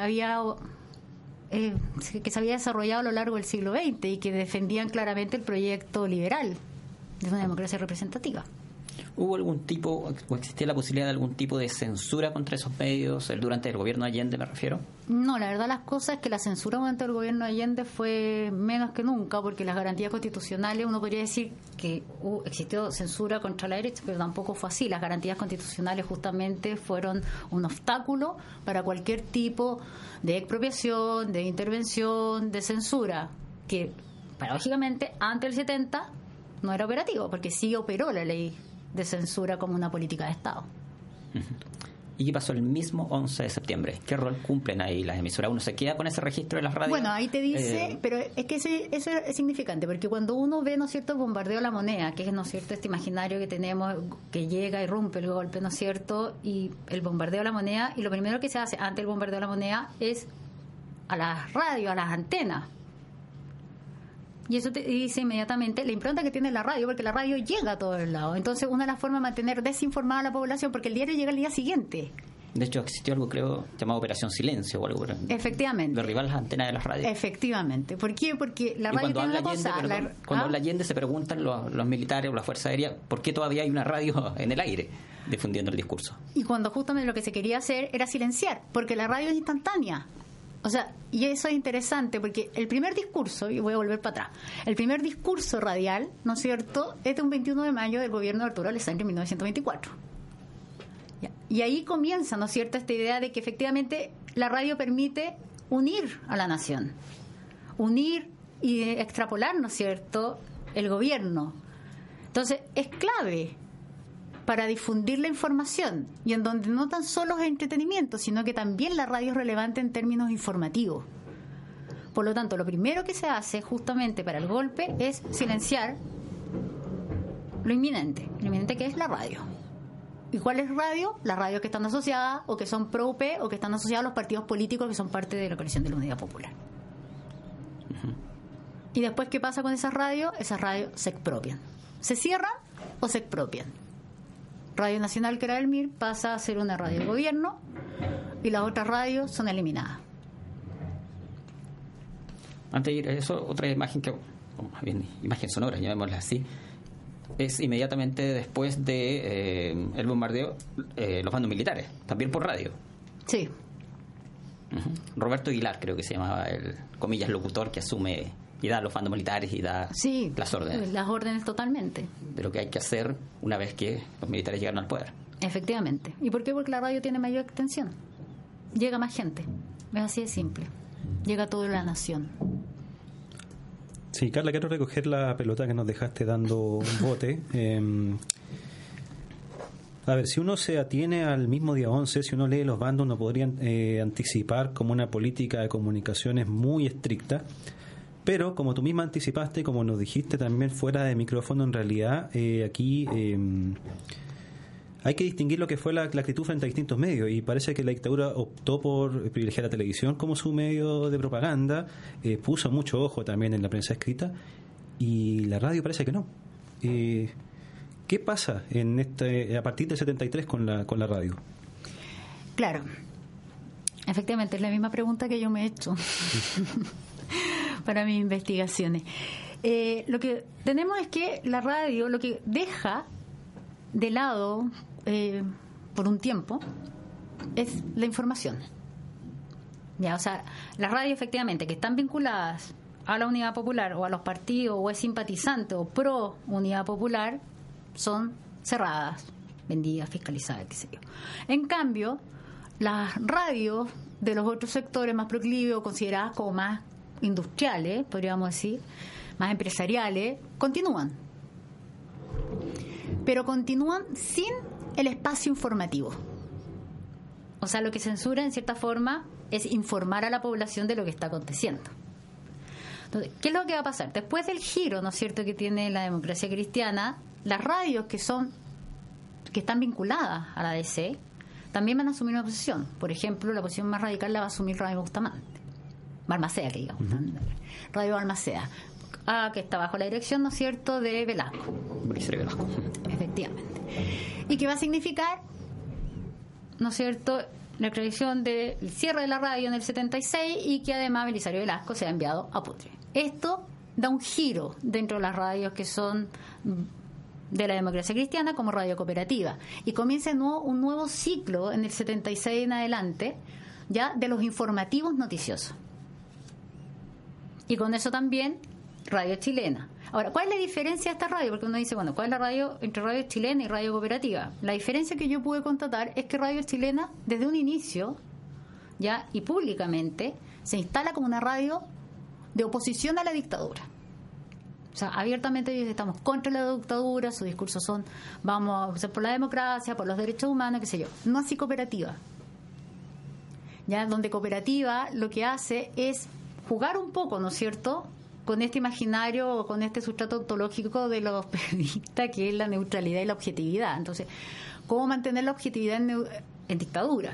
Speaker 4: se había desarrollado a lo largo del siglo XX y que defendían claramente el proyecto liberal de una democracia representativa.
Speaker 2: ¿Hubo algún tipo, o existía la posibilidad de algún tipo de censura contra esos medios durante el gobierno de Allende, me refiero?
Speaker 4: No, la verdad las cosas es que la censura durante el gobierno de Allende fue menos que nunca, porque las garantías constitucionales, uno podría decir que existió censura contra la derecha, pero tampoco fue así. Las garantías constitucionales justamente fueron un obstáculo para cualquier tipo de expropiación, de intervención, de censura, que paradójicamente antes del 70 no era operativo, porque sí operó la ley de censura como una política de Estado.
Speaker 2: ¿Y qué pasó el mismo 11 de septiembre? ¿Qué rol cumplen ahí las emisoras? ¿Uno se queda con ese registro de las radios?
Speaker 4: Bueno, ahí te dice, pero es que eso es significante, porque cuando uno ve, ¿no es cierto?, el bombardeo a la moneda, que es, ¿no es cierto?, este imaginario que tenemos, que llega y rompe el golpe, ¿no es cierto?, y el bombardeo a la moneda, y lo primero que se hace ante el bombardeo a la moneda es a las radios, a las antenas. Y eso te dice inmediatamente la impronta que tiene la radio, porque la radio llega a todos lados. Entonces, una de las formas de mantener desinformada a la población, porque el diario llega el día siguiente.
Speaker 2: De hecho, existió algo, creo, llamado Operación Silencio o algo. Efectivamente. Derribar las antenas de las radios.
Speaker 4: Efectivamente. ¿Por qué? Porque la radio tiene una cosa...
Speaker 2: Cuando habla Allende se preguntan los militares o la Fuerza Aérea ¿por qué todavía hay una radio en el aire difundiendo el discurso?
Speaker 4: Y cuando justamente lo que se quería hacer era silenciar, porque la radio es instantánea. O sea, y eso es interesante porque el primer discurso, y voy a volver para atrás, el primer discurso radial, ¿no es cierto?, es de un 21 de mayo del gobierno de Arturo Alessandri en 1924. Y ahí comienza, ¿no es cierto?, esta idea de que efectivamente la radio permite unir a la nación, unir y extrapolar, ¿no es cierto?, el gobierno. Entonces, es clave para difundir la información, y en donde no tan solo es entretenimiento, sino que también la radio es relevante en términos informativos. Por lo tanto, lo primero que se hace justamente para el golpe es silenciar lo inminente que es la radio. ¿Y cuál es radio? Las radios que están asociadas o que son pro-UP o que están asociadas a los partidos políticos que son parte de la coalición de la Unidad Popular. Y después, ¿qué pasa con esas radios? Esas radios se expropian. ¿Se cierran o se expropian? Radio Nacional, que era del MIR, pasa a ser una radio del gobierno y las otras radios son eliminadas.
Speaker 2: Antes de ir a eso, otra imagen que, más bien imagen sonora, llamémosla así, es inmediatamente después de el bombardeo, los bandos militares, también por radio.
Speaker 4: Sí.
Speaker 2: Roberto Aguilar, creo que se llamaba el, comillas, locutor que asume y da los bandos militares y da las órdenes. Las órdenes totalmente. De lo que hay que hacer una vez que los militares llegaron al poder.
Speaker 4: Efectivamente. ¿Y por qué? Porque la radio tiene mayor extensión. Llega más gente. Es así de simple. Llega a toda la nación.
Speaker 3: Sí, Carla, quiero recoger la pelota que nos dejaste dando un bote. A ver, si uno se atiene al mismo día 11, si uno lee los bandos, uno podría anticipar como una política de comunicaciones muy estricta. Pero, como tú misma anticipaste, como nos dijiste también fuera de micrófono, en realidad aquí hay que distinguir lo que fue la actitud frente a distintos medios, y parece que la dictadura optó por privilegiar la televisión como su medio de propaganda, puso mucho ojo también en la prensa escrita, y la radio parece que no. ¿Qué pasa a partir del 73 con la radio?
Speaker 4: Claro, efectivamente es la misma pregunta que yo me he hecho para mis investigaciones. Lo que tenemos es que la radio lo que deja de lado por un tiempo es la información. Ya, o sea, las radios efectivamente que están vinculadas a la Unidad Popular o a los partidos o es simpatizante o pro Unidad Popular son cerradas, vendidas, fiscalizadas, qué sé yo. En cambio, las radios de los otros sectores más proclives o consideradas como más industriales, podríamos decir, más empresariales, continúan. Pero continúan sin el espacio informativo. O sea, lo que censura en cierta forma es informar a la población de lo que está aconteciendo. Entonces, ¿qué es lo que va a pasar? Después del giro, ¿no es cierto?, que tiene la democracia cristiana, las radios que están vinculadas a la DC también van a asumir una posición. Por ejemplo, la posición más radical la va a asumir Radio Bustamante. Balmaceda, que digamos. Radio Balmaceda, que está bajo la dirección, ¿no es cierto?, de Velasco.
Speaker 2: Velasco.
Speaker 4: Efectivamente. Y que va a significar, ¿no es cierto?, la creación del cierre de la radio en el 76 y que además Belisario Velasco se ha enviado a Putre. Esto da un giro dentro de las radios que son de la democracia cristiana como radio cooperativa y comienza un nuevo ciclo en el 76 en adelante ya de los informativos noticiosos. Y con eso también radio chilena. Ahora, ¿cuál es la diferencia de esta radio? Porque uno dice, bueno, ¿cuál es la radio entre radio chilena y radio cooperativa? La diferencia que yo pude constatar es que radio chilena, desde un inicio, ya y públicamente, se instala como una radio de oposición a la dictadura. O sea, abiertamente ellos estamos contra la dictadura, sus discursos son, vamos a hacer por la democracia, por los derechos humanos, qué sé yo. No así cooperativa. Ya, donde cooperativa lo que hace es jugar un poco, ¿no es cierto?, con este imaginario o con este sustrato ontológico de los periodistas, que es la neutralidad y la objetividad. Entonces, ¿cómo mantener la objetividad en dictadura?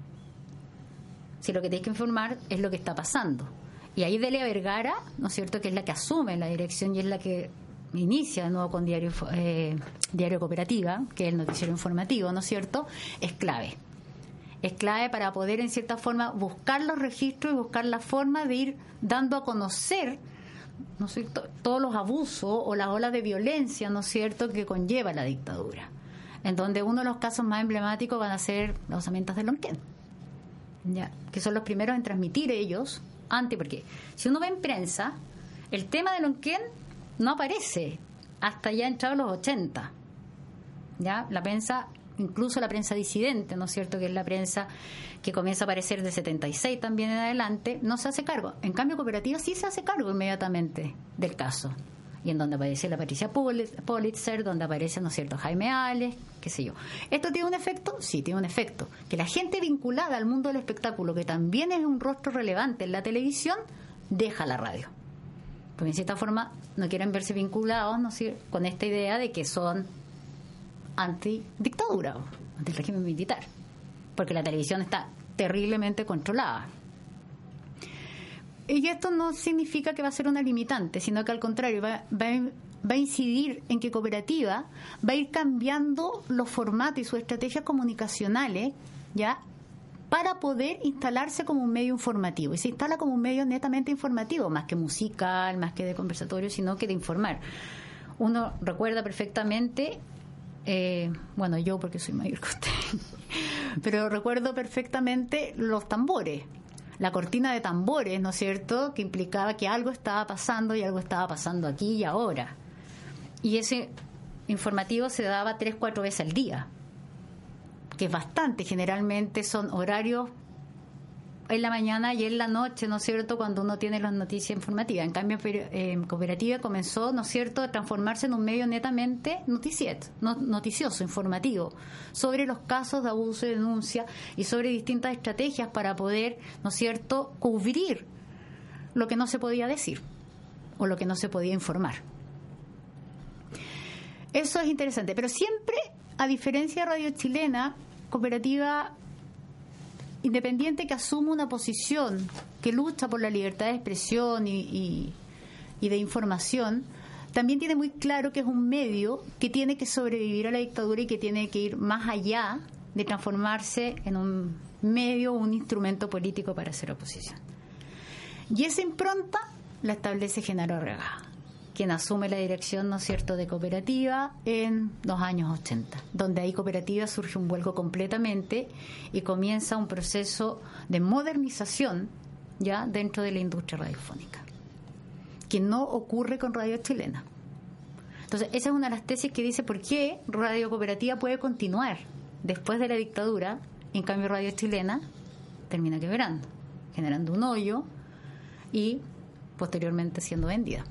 Speaker 4: Si lo que tienes que informar es lo que está pasando. Y ahí Delia Vergara, ¿no es cierto?, que es la que asume la dirección y es la que inicia de nuevo con Diario Cooperativa, que es el noticiero informativo, ¿no es cierto?, es clave. Es clave para poder, en cierta forma, buscar los registros y buscar la forma de ir dando a conocer, ¿no es cierto?, todos los abusos o las olas de violencia, ¿no es cierto?, que conlleva la dictadura. En donde uno de los casos más emblemáticos van a ser los osamentas de Lonquén, ya, que son los primeros en transmitir ellos, porque si uno ve en prensa, el tema de Lonquén no aparece hasta ya entrados los 80. Ya, la prensa, incluso la prensa disidente, ¿no es cierto?, que es la prensa que comienza a aparecer de 76 también en adelante, no se hace cargo. En cambio, Cooperativa sí se hace cargo inmediatamente del caso. Y en donde aparece la Patricia Pulitzer, donde aparece, ¿no es cierto?, Jaime Ales, qué sé yo. ¿Esto tiene un efecto? Sí, tiene un efecto. Que la gente vinculada al mundo del espectáculo, que también es un rostro relevante en la televisión, deja la radio. Porque en cierta forma no quieren verse vinculados, ¿no es cierto?, con esta idea de que son antidictadura, anti el régimen militar, porque la televisión está terriblemente controlada. Y esto no significa que va a ser una limitante, sino que al contrario va a incidir en que Cooperativa va a ir cambiando los formatos y sus estrategias comunicacionales, ya, para poder instalarse como un medio informativo. Y se instala como un medio netamente informativo, más que musical, más que de conversatorio, sino que de informar. Uno recuerda perfectamente, bueno, yo porque soy mayor que usted, pero recuerdo perfectamente los tambores, la cortina de tambores, ¿no es cierto?, que implicaba que algo estaba pasando y algo estaba pasando aquí y ahora. Y ese informativo se daba 3-4 veces al día, que es bastante. Generalmente son horarios en la mañana y en la noche, ¿no es cierto?, cuando uno tiene las noticias informativas. En cambio, Cooperativa comenzó, ¿no es cierto?, a transformarse en un medio netamente noticioso, informativo, sobre los casos de abuso y denuncia y sobre distintas estrategias para poder, ¿no es cierto?, cubrir lo que no se podía decir o lo que no se podía informar. Eso es interesante, pero siempre a diferencia de Radio Chilena, Cooperativa Independiente, que asume una posición que lucha por la libertad de expresión y de información, también tiene muy claro que es un medio que tiene que sobrevivir a la dictadura y que tiene que ir más allá de transformarse en un medio o un instrumento político para hacer oposición. Y esa impronta la establece Genaro Arriagada, quien asume la dirección, ¿no es cierto?, de Cooperativa en los años 80, donde ahí Cooperativa surge un vuelco completamente y comienza un proceso de modernización ya dentro de la industria radiofónica, que no ocurre con Radio Chilena. Entonces, esa es una de las tesis que dice por qué Radio Cooperativa puede continuar después de la dictadura, en cambio Radio Chilena termina quebrando, generando un hoyo y posteriormente siendo vendida.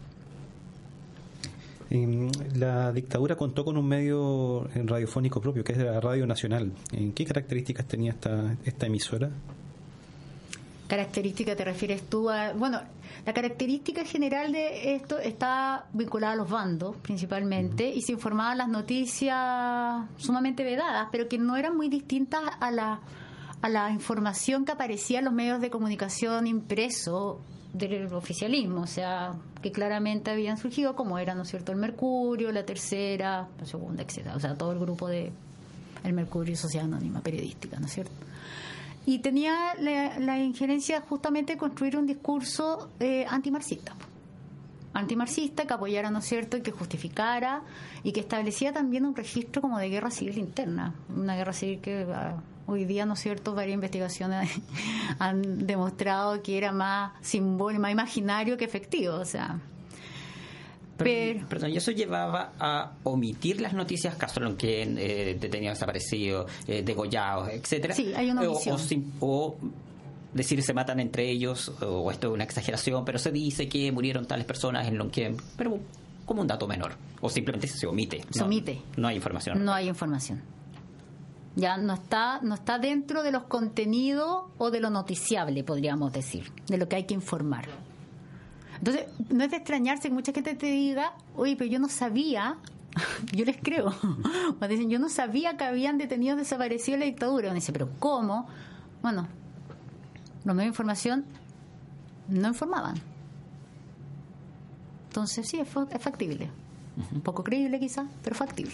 Speaker 3: La dictadura contó con un medio radiofónico propio, que es la Radio Nacional. ¿En qué características tenía esta emisora?
Speaker 4: ¿Característica te refieres tú a...? Bueno, la característica general de esto está vinculada a los bandos, principalmente, y se informaban las noticias sumamente vedadas, pero que no eran muy distintas a la información que aparecía en los medios de comunicación impresos del oficialismo, o sea, que claramente habían surgido, como era, ¿no es cierto?, el Mercurio, la Tercera, la Segunda, etcétera, o sea, todo el grupo de el Mercurio, Sociedad Anónima Periodística, ¿no es cierto? Y tenía la injerencia justamente de construir un discurso antimarxista, que apoyara, ¿no es cierto?, y que justificara y que establecía también un registro como de guerra civil interna, una guerra civil que hoy día, ¿no es cierto?, varias investigaciones han demostrado que era más simbólico, más imaginario que efectivo, o sea...
Speaker 2: Perdón, ¿y eso llevaba a omitir las noticias Castro-Lonquén, detenidos, desaparecidos, degollados, etcétera?
Speaker 4: Sí, hay una omisión.
Speaker 2: O decir se matan entre ellos, o esto es una exageración, pero se dice que murieron tales personas en Lonquén, pero como un dato menor, o simplemente se omite.
Speaker 4: Se omite.
Speaker 2: No hay información.
Speaker 4: No hay información. Ya no está dentro de los contenidos o de lo noticiable, podríamos decir, de lo que hay que informar. Entonces, no es de extrañarse que mucha gente te diga, oye, pero yo no sabía, yo les creo, cuando dicen, yo no sabía que habían detenidos desaparecidos en la dictadura. Uno dice, pero ¿cómo? Bueno, los medios de información no informaban. Entonces, sí, es factible. Un poco creíble quizás, pero factible.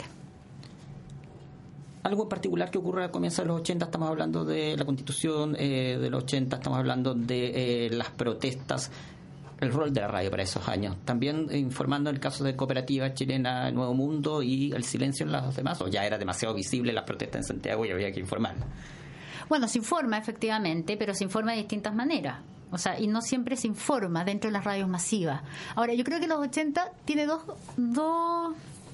Speaker 2: Algo en particular que ocurre a comienzos de los 80, estamos hablando de la Constitución de los 80, estamos hablando de las protestas, el rol de la radio para esos años. También informando en el caso de Cooperativa Chilena Nuevo Mundo y el silencio en las demás, o ya era demasiado visible las protestas en Santiago y había que informar.
Speaker 4: Bueno, se informa efectivamente, pero se informa de distintas maneras. O sea, y no siempre se informa dentro de las radios masivas. Ahora, yo creo que los 80 tiene dos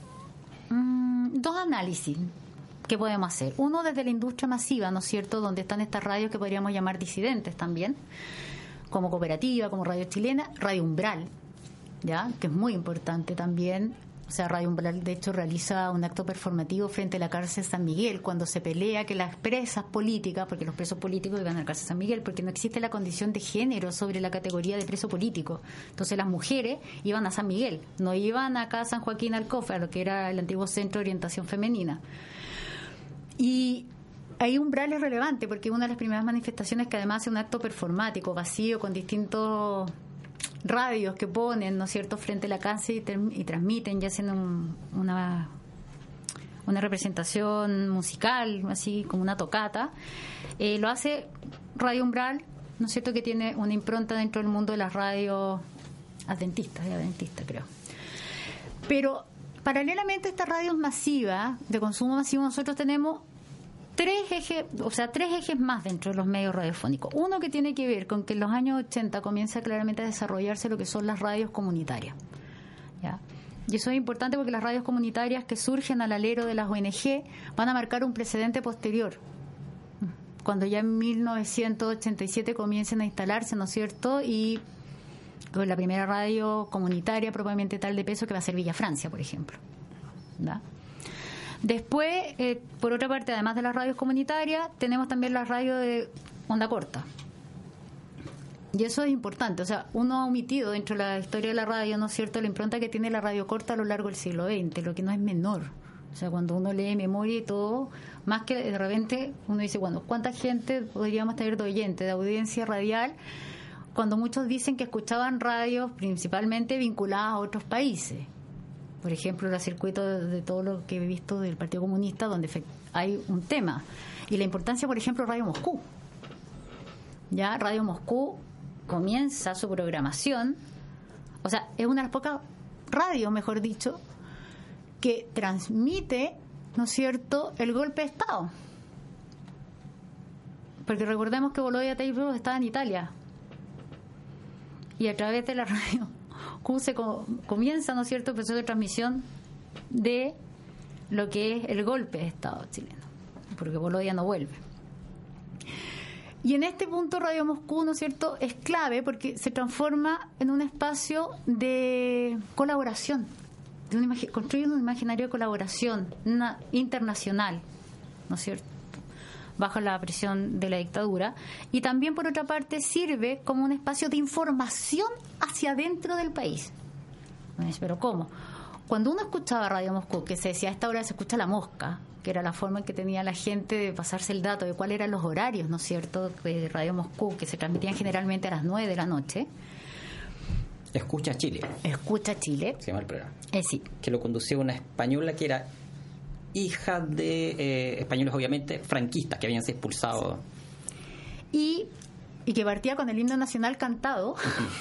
Speaker 4: análisis que podemos hacer. Uno desde la industria masiva, ¿no es cierto?, donde están estas radios que podríamos llamar disidentes también, como Cooperativa, como Radio Chilena, Radio Umbral, ¿ya?, que es muy importante también. O sea, Radio Umbral, de hecho, realiza un acto performativo frente a la cárcel San Miguel cuando se pelea que las presas políticas, porque los presos políticos iban a la cárcel San Miguel, porque no existe la condición de género sobre la categoría de preso político. Entonces las mujeres iban a San Miguel, no iban acá a San Joaquín Alcofa, lo que era el antiguo Centro de Orientación Femenina. Y ahí Umbral es relevante porque una de las primeras manifestaciones que además es un acto performático, vacío, con distintos radios que ponen, ¿no es cierto?, frente a la cárcel y transmiten, ya hacen una representación musical, así como una tocata. Lo hace Radio Umbral, ¿no es cierto?, que tiene una impronta dentro del mundo de las radios adventistas creo. Pero paralelamente a estas radios masivas, de consumo masivo, nosotros tenemos tres ejes más dentro de los medios radiofónicos. Uno que tiene que ver con que en los años 80 comienza claramente a desarrollarse lo que son las radios comunitarias, ¿ya? Y eso es importante porque las radios comunitarias que surgen al alero de las ONG van a marcar un precedente posterior. Cuando ya en 1987 comiencen a instalarse, ¿no es cierto?, y con la primera radio comunitaria propiamente tal de peso que va a ser Villa Francia, por ejemplo, ¿verdad? Después, por otra parte, además de las radios comunitarias, tenemos también las radios de onda corta. Y eso es importante. O sea, uno ha omitido dentro de la historia de la radio, ¿no es cierto?, la impronta que tiene la radio corta a lo largo del siglo XX, lo que no es menor. O sea, cuando uno lee memoria y todo, más que de repente uno dice, bueno, ¿cuánta gente podríamos tener de oyente, de audiencia radial? Cuando muchos dicen que escuchaban radios principalmente vinculadas a otros países. Por ejemplo, el circuito de todo lo que he visto del Partido Comunista, donde hay un tema. Y la importancia, por ejemplo, Radio Moscú. Ya Radio Moscú comienza su programación, o sea, es una de las pocas radios, mejor dicho, que transmite, ¿no es cierto?, el golpe de Estado. Porque recordemos que Volodya Teichmann estaba en Italia. Y a través de la radio Q comienza, ¿no es cierto?, el proceso de transmisión de lo que es el golpe de Estado chileno. Porque Volodya no vuelve. Y en este punto Radio Moscú, ¿no es cierto?, es clave porque se transforma en un espacio de colaboración. Construye un imaginario de colaboración internacional, ¿no es cierto?, bajo la presión de la dictadura, y también por otra parte sirve como un espacio de información hacia adentro del país. Pero ¿cómo? Cuando uno escuchaba Radio Moscú, que se decía a esta hora se escucha La Mosca, que era la forma en que tenía la gente de pasarse el dato de cuáles eran los horarios, ¿no es cierto?, de Radio Moscú, que se transmitían generalmente a las 9 de la noche.
Speaker 2: Escucha Chile.
Speaker 4: Escucha Chile.
Speaker 2: Se llama el programa.
Speaker 4: Sí.
Speaker 2: Que lo conducía una española que era hija de españoles, obviamente, franquistas, que habían sido expulsados.
Speaker 4: Y que partía con el himno nacional cantado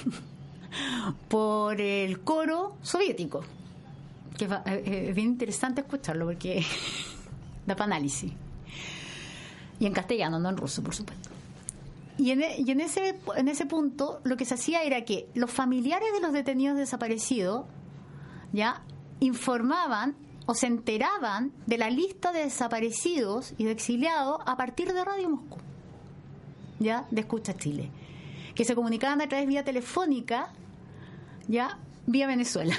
Speaker 4: por el coro soviético. Que es bien interesante escucharlo porque da para análisis. Y en castellano, no en ruso, por supuesto. Y en ese punto lo que se hacía era que los familiares de los detenidos desaparecidos ya informaban o se enteraban de la lista de desaparecidos y de exiliados a partir de Radio Moscú, ya, de Escucha Chile, que se comunicaban a través vía telefónica, ya, vía Venezuela.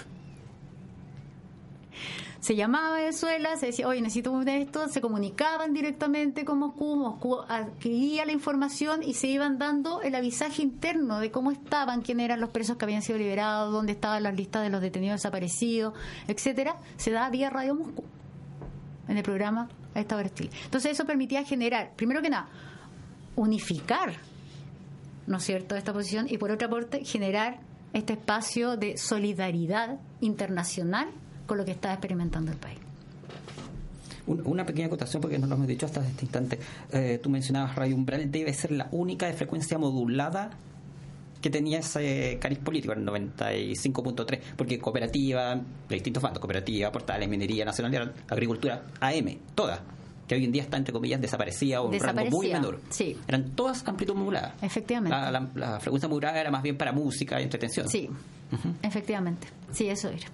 Speaker 4: Se llamaba a Venezuela, se decía, oye, necesito esto, se comunicaban directamente con Moscú, Moscú adquiría la información y se iban dando el avisaje interno de cómo estaban, quién eran los presos que habían sido liberados, dónde estaban las listas de los detenidos desaparecidos, etcétera, se daba vía Radio Moscú, en el programa A Esta Hora Chile. Entonces eso permitía generar, primero que nada, unificar, ¿no es cierto?, esta posición, y por otra parte generar este espacio de solidaridad internacional con lo que está experimentando el país.
Speaker 2: Una pequeña acotación, porque no lo hemos dicho hasta este instante. Tú mencionabas Radio Umbral, debe ser la única de frecuencia modulada que tenía ese cariz político, el 95.3, porque cooperativa, de distintos bandos, cooperativa, portales, minería, nacional, agricultura, AM, todas, que hoy en día está, entre comillas, desaparecida o en un rango muy menor.
Speaker 4: Sí.
Speaker 2: Eran todas amplitud modulada.
Speaker 4: Efectivamente.
Speaker 2: La frecuencia modulada era más bien para música y entretención.
Speaker 4: Sí, efectivamente. Sí, eso era.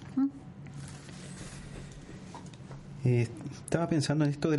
Speaker 3: Estaba pensando en esto de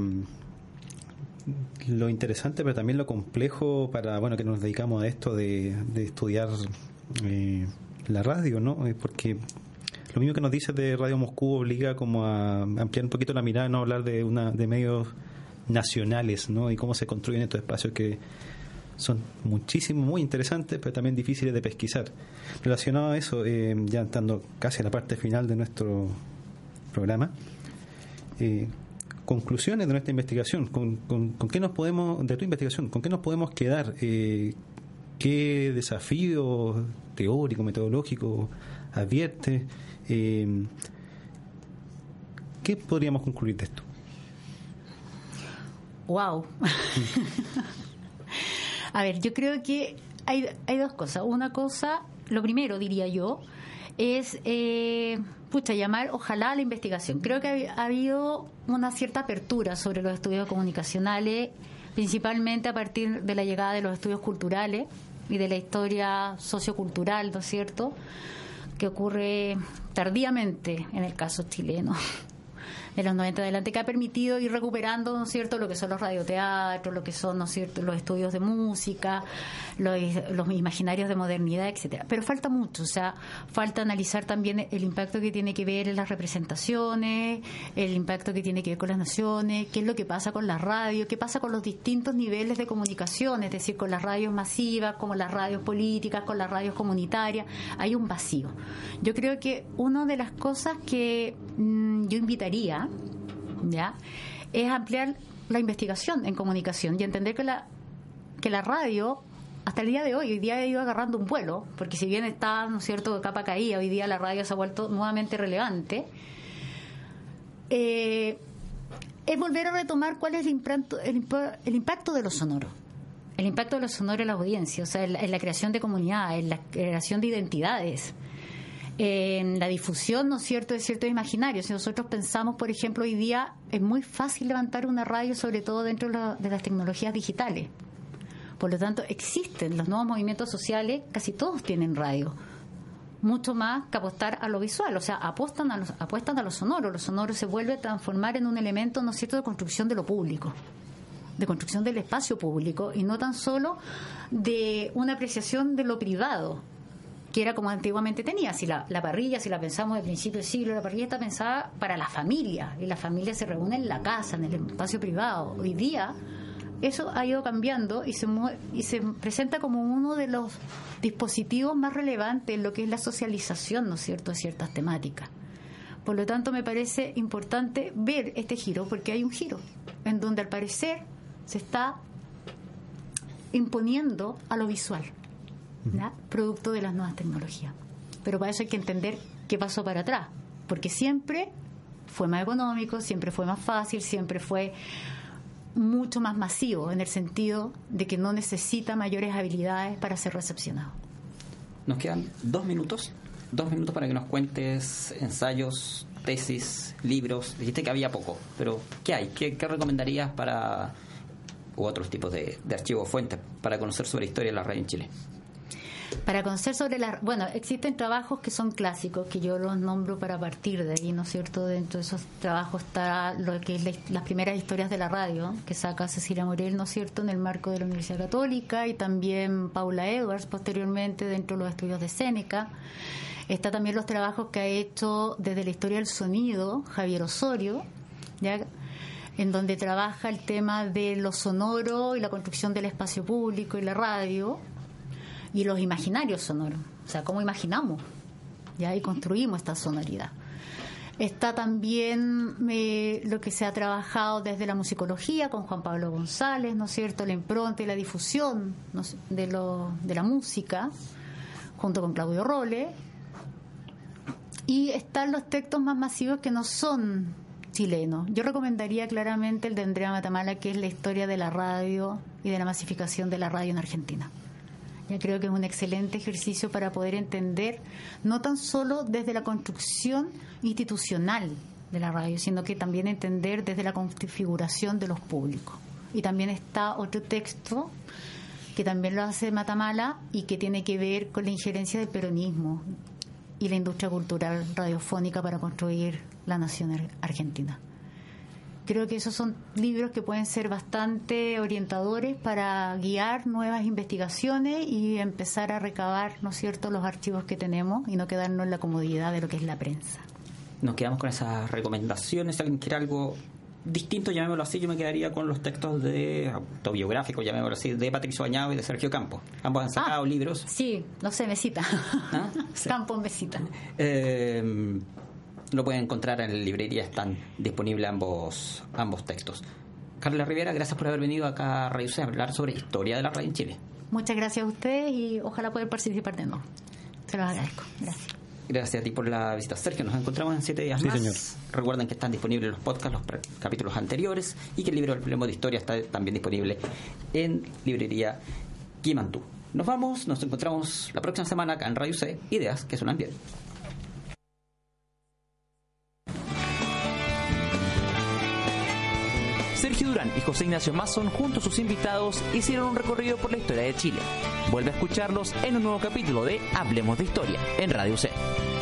Speaker 3: lo interesante, pero también lo complejo para, bueno, que nos dedicamos a esto de estudiar la radio, ¿no? Porque lo mismo que nos dice de Radio Moscú obliga como a ampliar un poquito la mirada, no hablar de medios nacionales, ¿no? Y cómo se construyen estos espacios que son muchísimo, muy interesantes, pero también difíciles de pesquisar. Relacionado a eso, ya estando casi a la parte final de nuestro programa, conclusiones de nuestra investigación, con qué nos podemos, de tu investigación, con qué nos podemos quedar, qué desafío teórico, metodológico advierte, qué podríamos concluir de esto.
Speaker 4: Wow. A ver, yo creo que hay dos cosas. Una cosa, lo primero diría yo, es llamar ojalá a la investigación. Creo que ha habido una cierta apertura sobre los estudios comunicacionales, principalmente a partir de la llegada de los estudios culturales y de la historia sociocultural, ¿no es cierto?, que ocurre tardíamente en el caso chileno. de los 90 adelante, que ha permitido ir recuperando, ¿no es cierto?, lo que son los radioteatros, lo que son, ¿no es cierto?, los estudios de música, los imaginarios de modernidad, etcétera. Pero falta mucho, o sea, falta analizar también el impacto que tiene que ver en las representaciones, el impacto que tiene que ver con las naciones, qué es lo que pasa con la radio, qué pasa con los distintos niveles de comunicación, es decir, con las radios masivas, como las radios políticas, con las radios comunitarias. Hay un vacío. Yo creo que una de las cosas que yo invitaría, ¿ya?, es ampliar la investigación en comunicación y entender que la radio, hasta el día de hoy ha ido agarrando un vuelo, porque si bien está, ¿no es cierto?, de capa caída, hoy día la radio se ha vuelto nuevamente relevante. Es volver a retomar cuál es el impacto de lo sonoro. El impacto de lo sonoro en la audiencia, o sea, en la creación de comunidades, en la creación de identidades, en la difusión, ¿no es cierto?, de ciertos imaginarios. Si nosotros pensamos, por ejemplo, hoy día es muy fácil levantar una radio, sobre todo dentro de las tecnologías digitales. Por lo tanto, existen los nuevos movimientos sociales, casi todos tienen radio. Mucho más que apostar a lo visual, o sea, apuestan a lo sonoro. Lo sonoro se vuelve a transformar en un elemento, ¿no es cierto?, de construcción de lo público, de construcción del espacio público, y no tan solo de una apreciación de lo privado, que era como antiguamente tenía. Si la parrilla, si la pensamos de principio del siglo, la parrilla está pensada para la familia, y la familia se reúne en la casa, en el espacio privado. Hoy día eso ha ido cambiando y se presenta como uno de los dispositivos más relevantes en lo que es la socialización, ¿no es cierto?, de ciertas temáticas. Por lo tanto, me parece importante ver este giro, porque hay un giro en donde al parecer se está imponiendo a lo visual, ¿ya?, producto de las nuevas tecnologías. Pero para eso hay que entender qué pasó para atrás, porque siempre fue más económico, siempre fue más fácil, siempre fue mucho más masivo, en el sentido de que no necesita mayores habilidades para ser recepcionado.
Speaker 2: Nos quedan 2 minutos para que nos cuentes ensayos, tesis, libros. Dijiste que había poco, pero ¿qué hay? ¿Qué recomendarías para, u otros tipos de archivos, fuentes, para conocer sobre la historia de la radio en Chile?
Speaker 4: Para conocer sobre bueno, existen trabajos que son clásicos, que yo los nombro para partir de ahí, ¿no es cierto? Dentro de esos trabajos está lo que es las primeras historias de la radio, que saca Cecilia Morel, ¿no es cierto?, en el marco de la Universidad Católica, y también Paula Edwards posteriormente dentro de los estudios de Seneca. Está también los trabajos que ha hecho desde la historia del sonido Javier Osorio, ¿ya?, en donde trabaja el tema de lo sonoro y la construcción del espacio público y la radio, y los imaginarios sonoros, o sea, cómo imaginamos, ya, y construimos esta sonoridad. Está también lo que se ha trabajado desde la musicología con Juan Pablo González, ¿no es cierto?, la impronta y la difusión, ¿no?, de la música, junto con Claudio Rolle. Y están los textos más masivos que no son chilenos. Yo recomendaría claramente el de Andrea Matamala, que es la historia de la radio y de la masificación de la radio en Argentina. Ya creo que es un excelente ejercicio para poder entender, no tan solo desde la construcción institucional de la radio, sino que también entender desde la configuración de los públicos. Y también está otro texto que también lo hace Matamala y que tiene que ver con la injerencia del peronismo y la industria cultural radiofónica para construir la nación argentina. Creo que esos son libros que pueden ser bastante orientadores para guiar nuevas investigaciones y empezar a recabar, ¿no es cierto?, los archivos que tenemos y no quedarnos en la comodidad de lo que es la prensa.
Speaker 2: Nos quedamos con esas recomendaciones. Si alguien quiere algo distinto, llamémoslo así, yo me quedaría con los textos de autobiográficos, llamémoslo así, de Patricio Bañado y de Sergio Campos. Ambos han sacado libros.
Speaker 4: Sí, no sé, me cita.
Speaker 2: ¿Ah? Sí.
Speaker 4: Campos me cita.
Speaker 2: Lo pueden encontrar en la librería, están disponibles ambos textos. Carla Rivera, gracias por haber venido acá a Radio C a hablar sobre historia de la radio en Chile.
Speaker 4: Muchas gracias a ustedes y ojalá poder participar de nuevo. Se los agradezco. Gracias.
Speaker 2: Gracias a ti por la visita, Sergio. Nos encontramos en 7 días más.
Speaker 3: Señor.
Speaker 2: Recuerden que están disponibles los podcasts, los capítulos anteriores, y que el libro del Plemo de Historia está también disponible en librería Quimantú. Nos vamos, nos encontramos la próxima semana acá en Radio C, Ideas que suenan bien.
Speaker 1: Sergio Durán y José Ignacio Mason, junto a sus invitados, hicieron un recorrido por la historia de Chile. Vuelve a escucharlos en un nuevo capítulo de Hablemos de Historia en Radio C.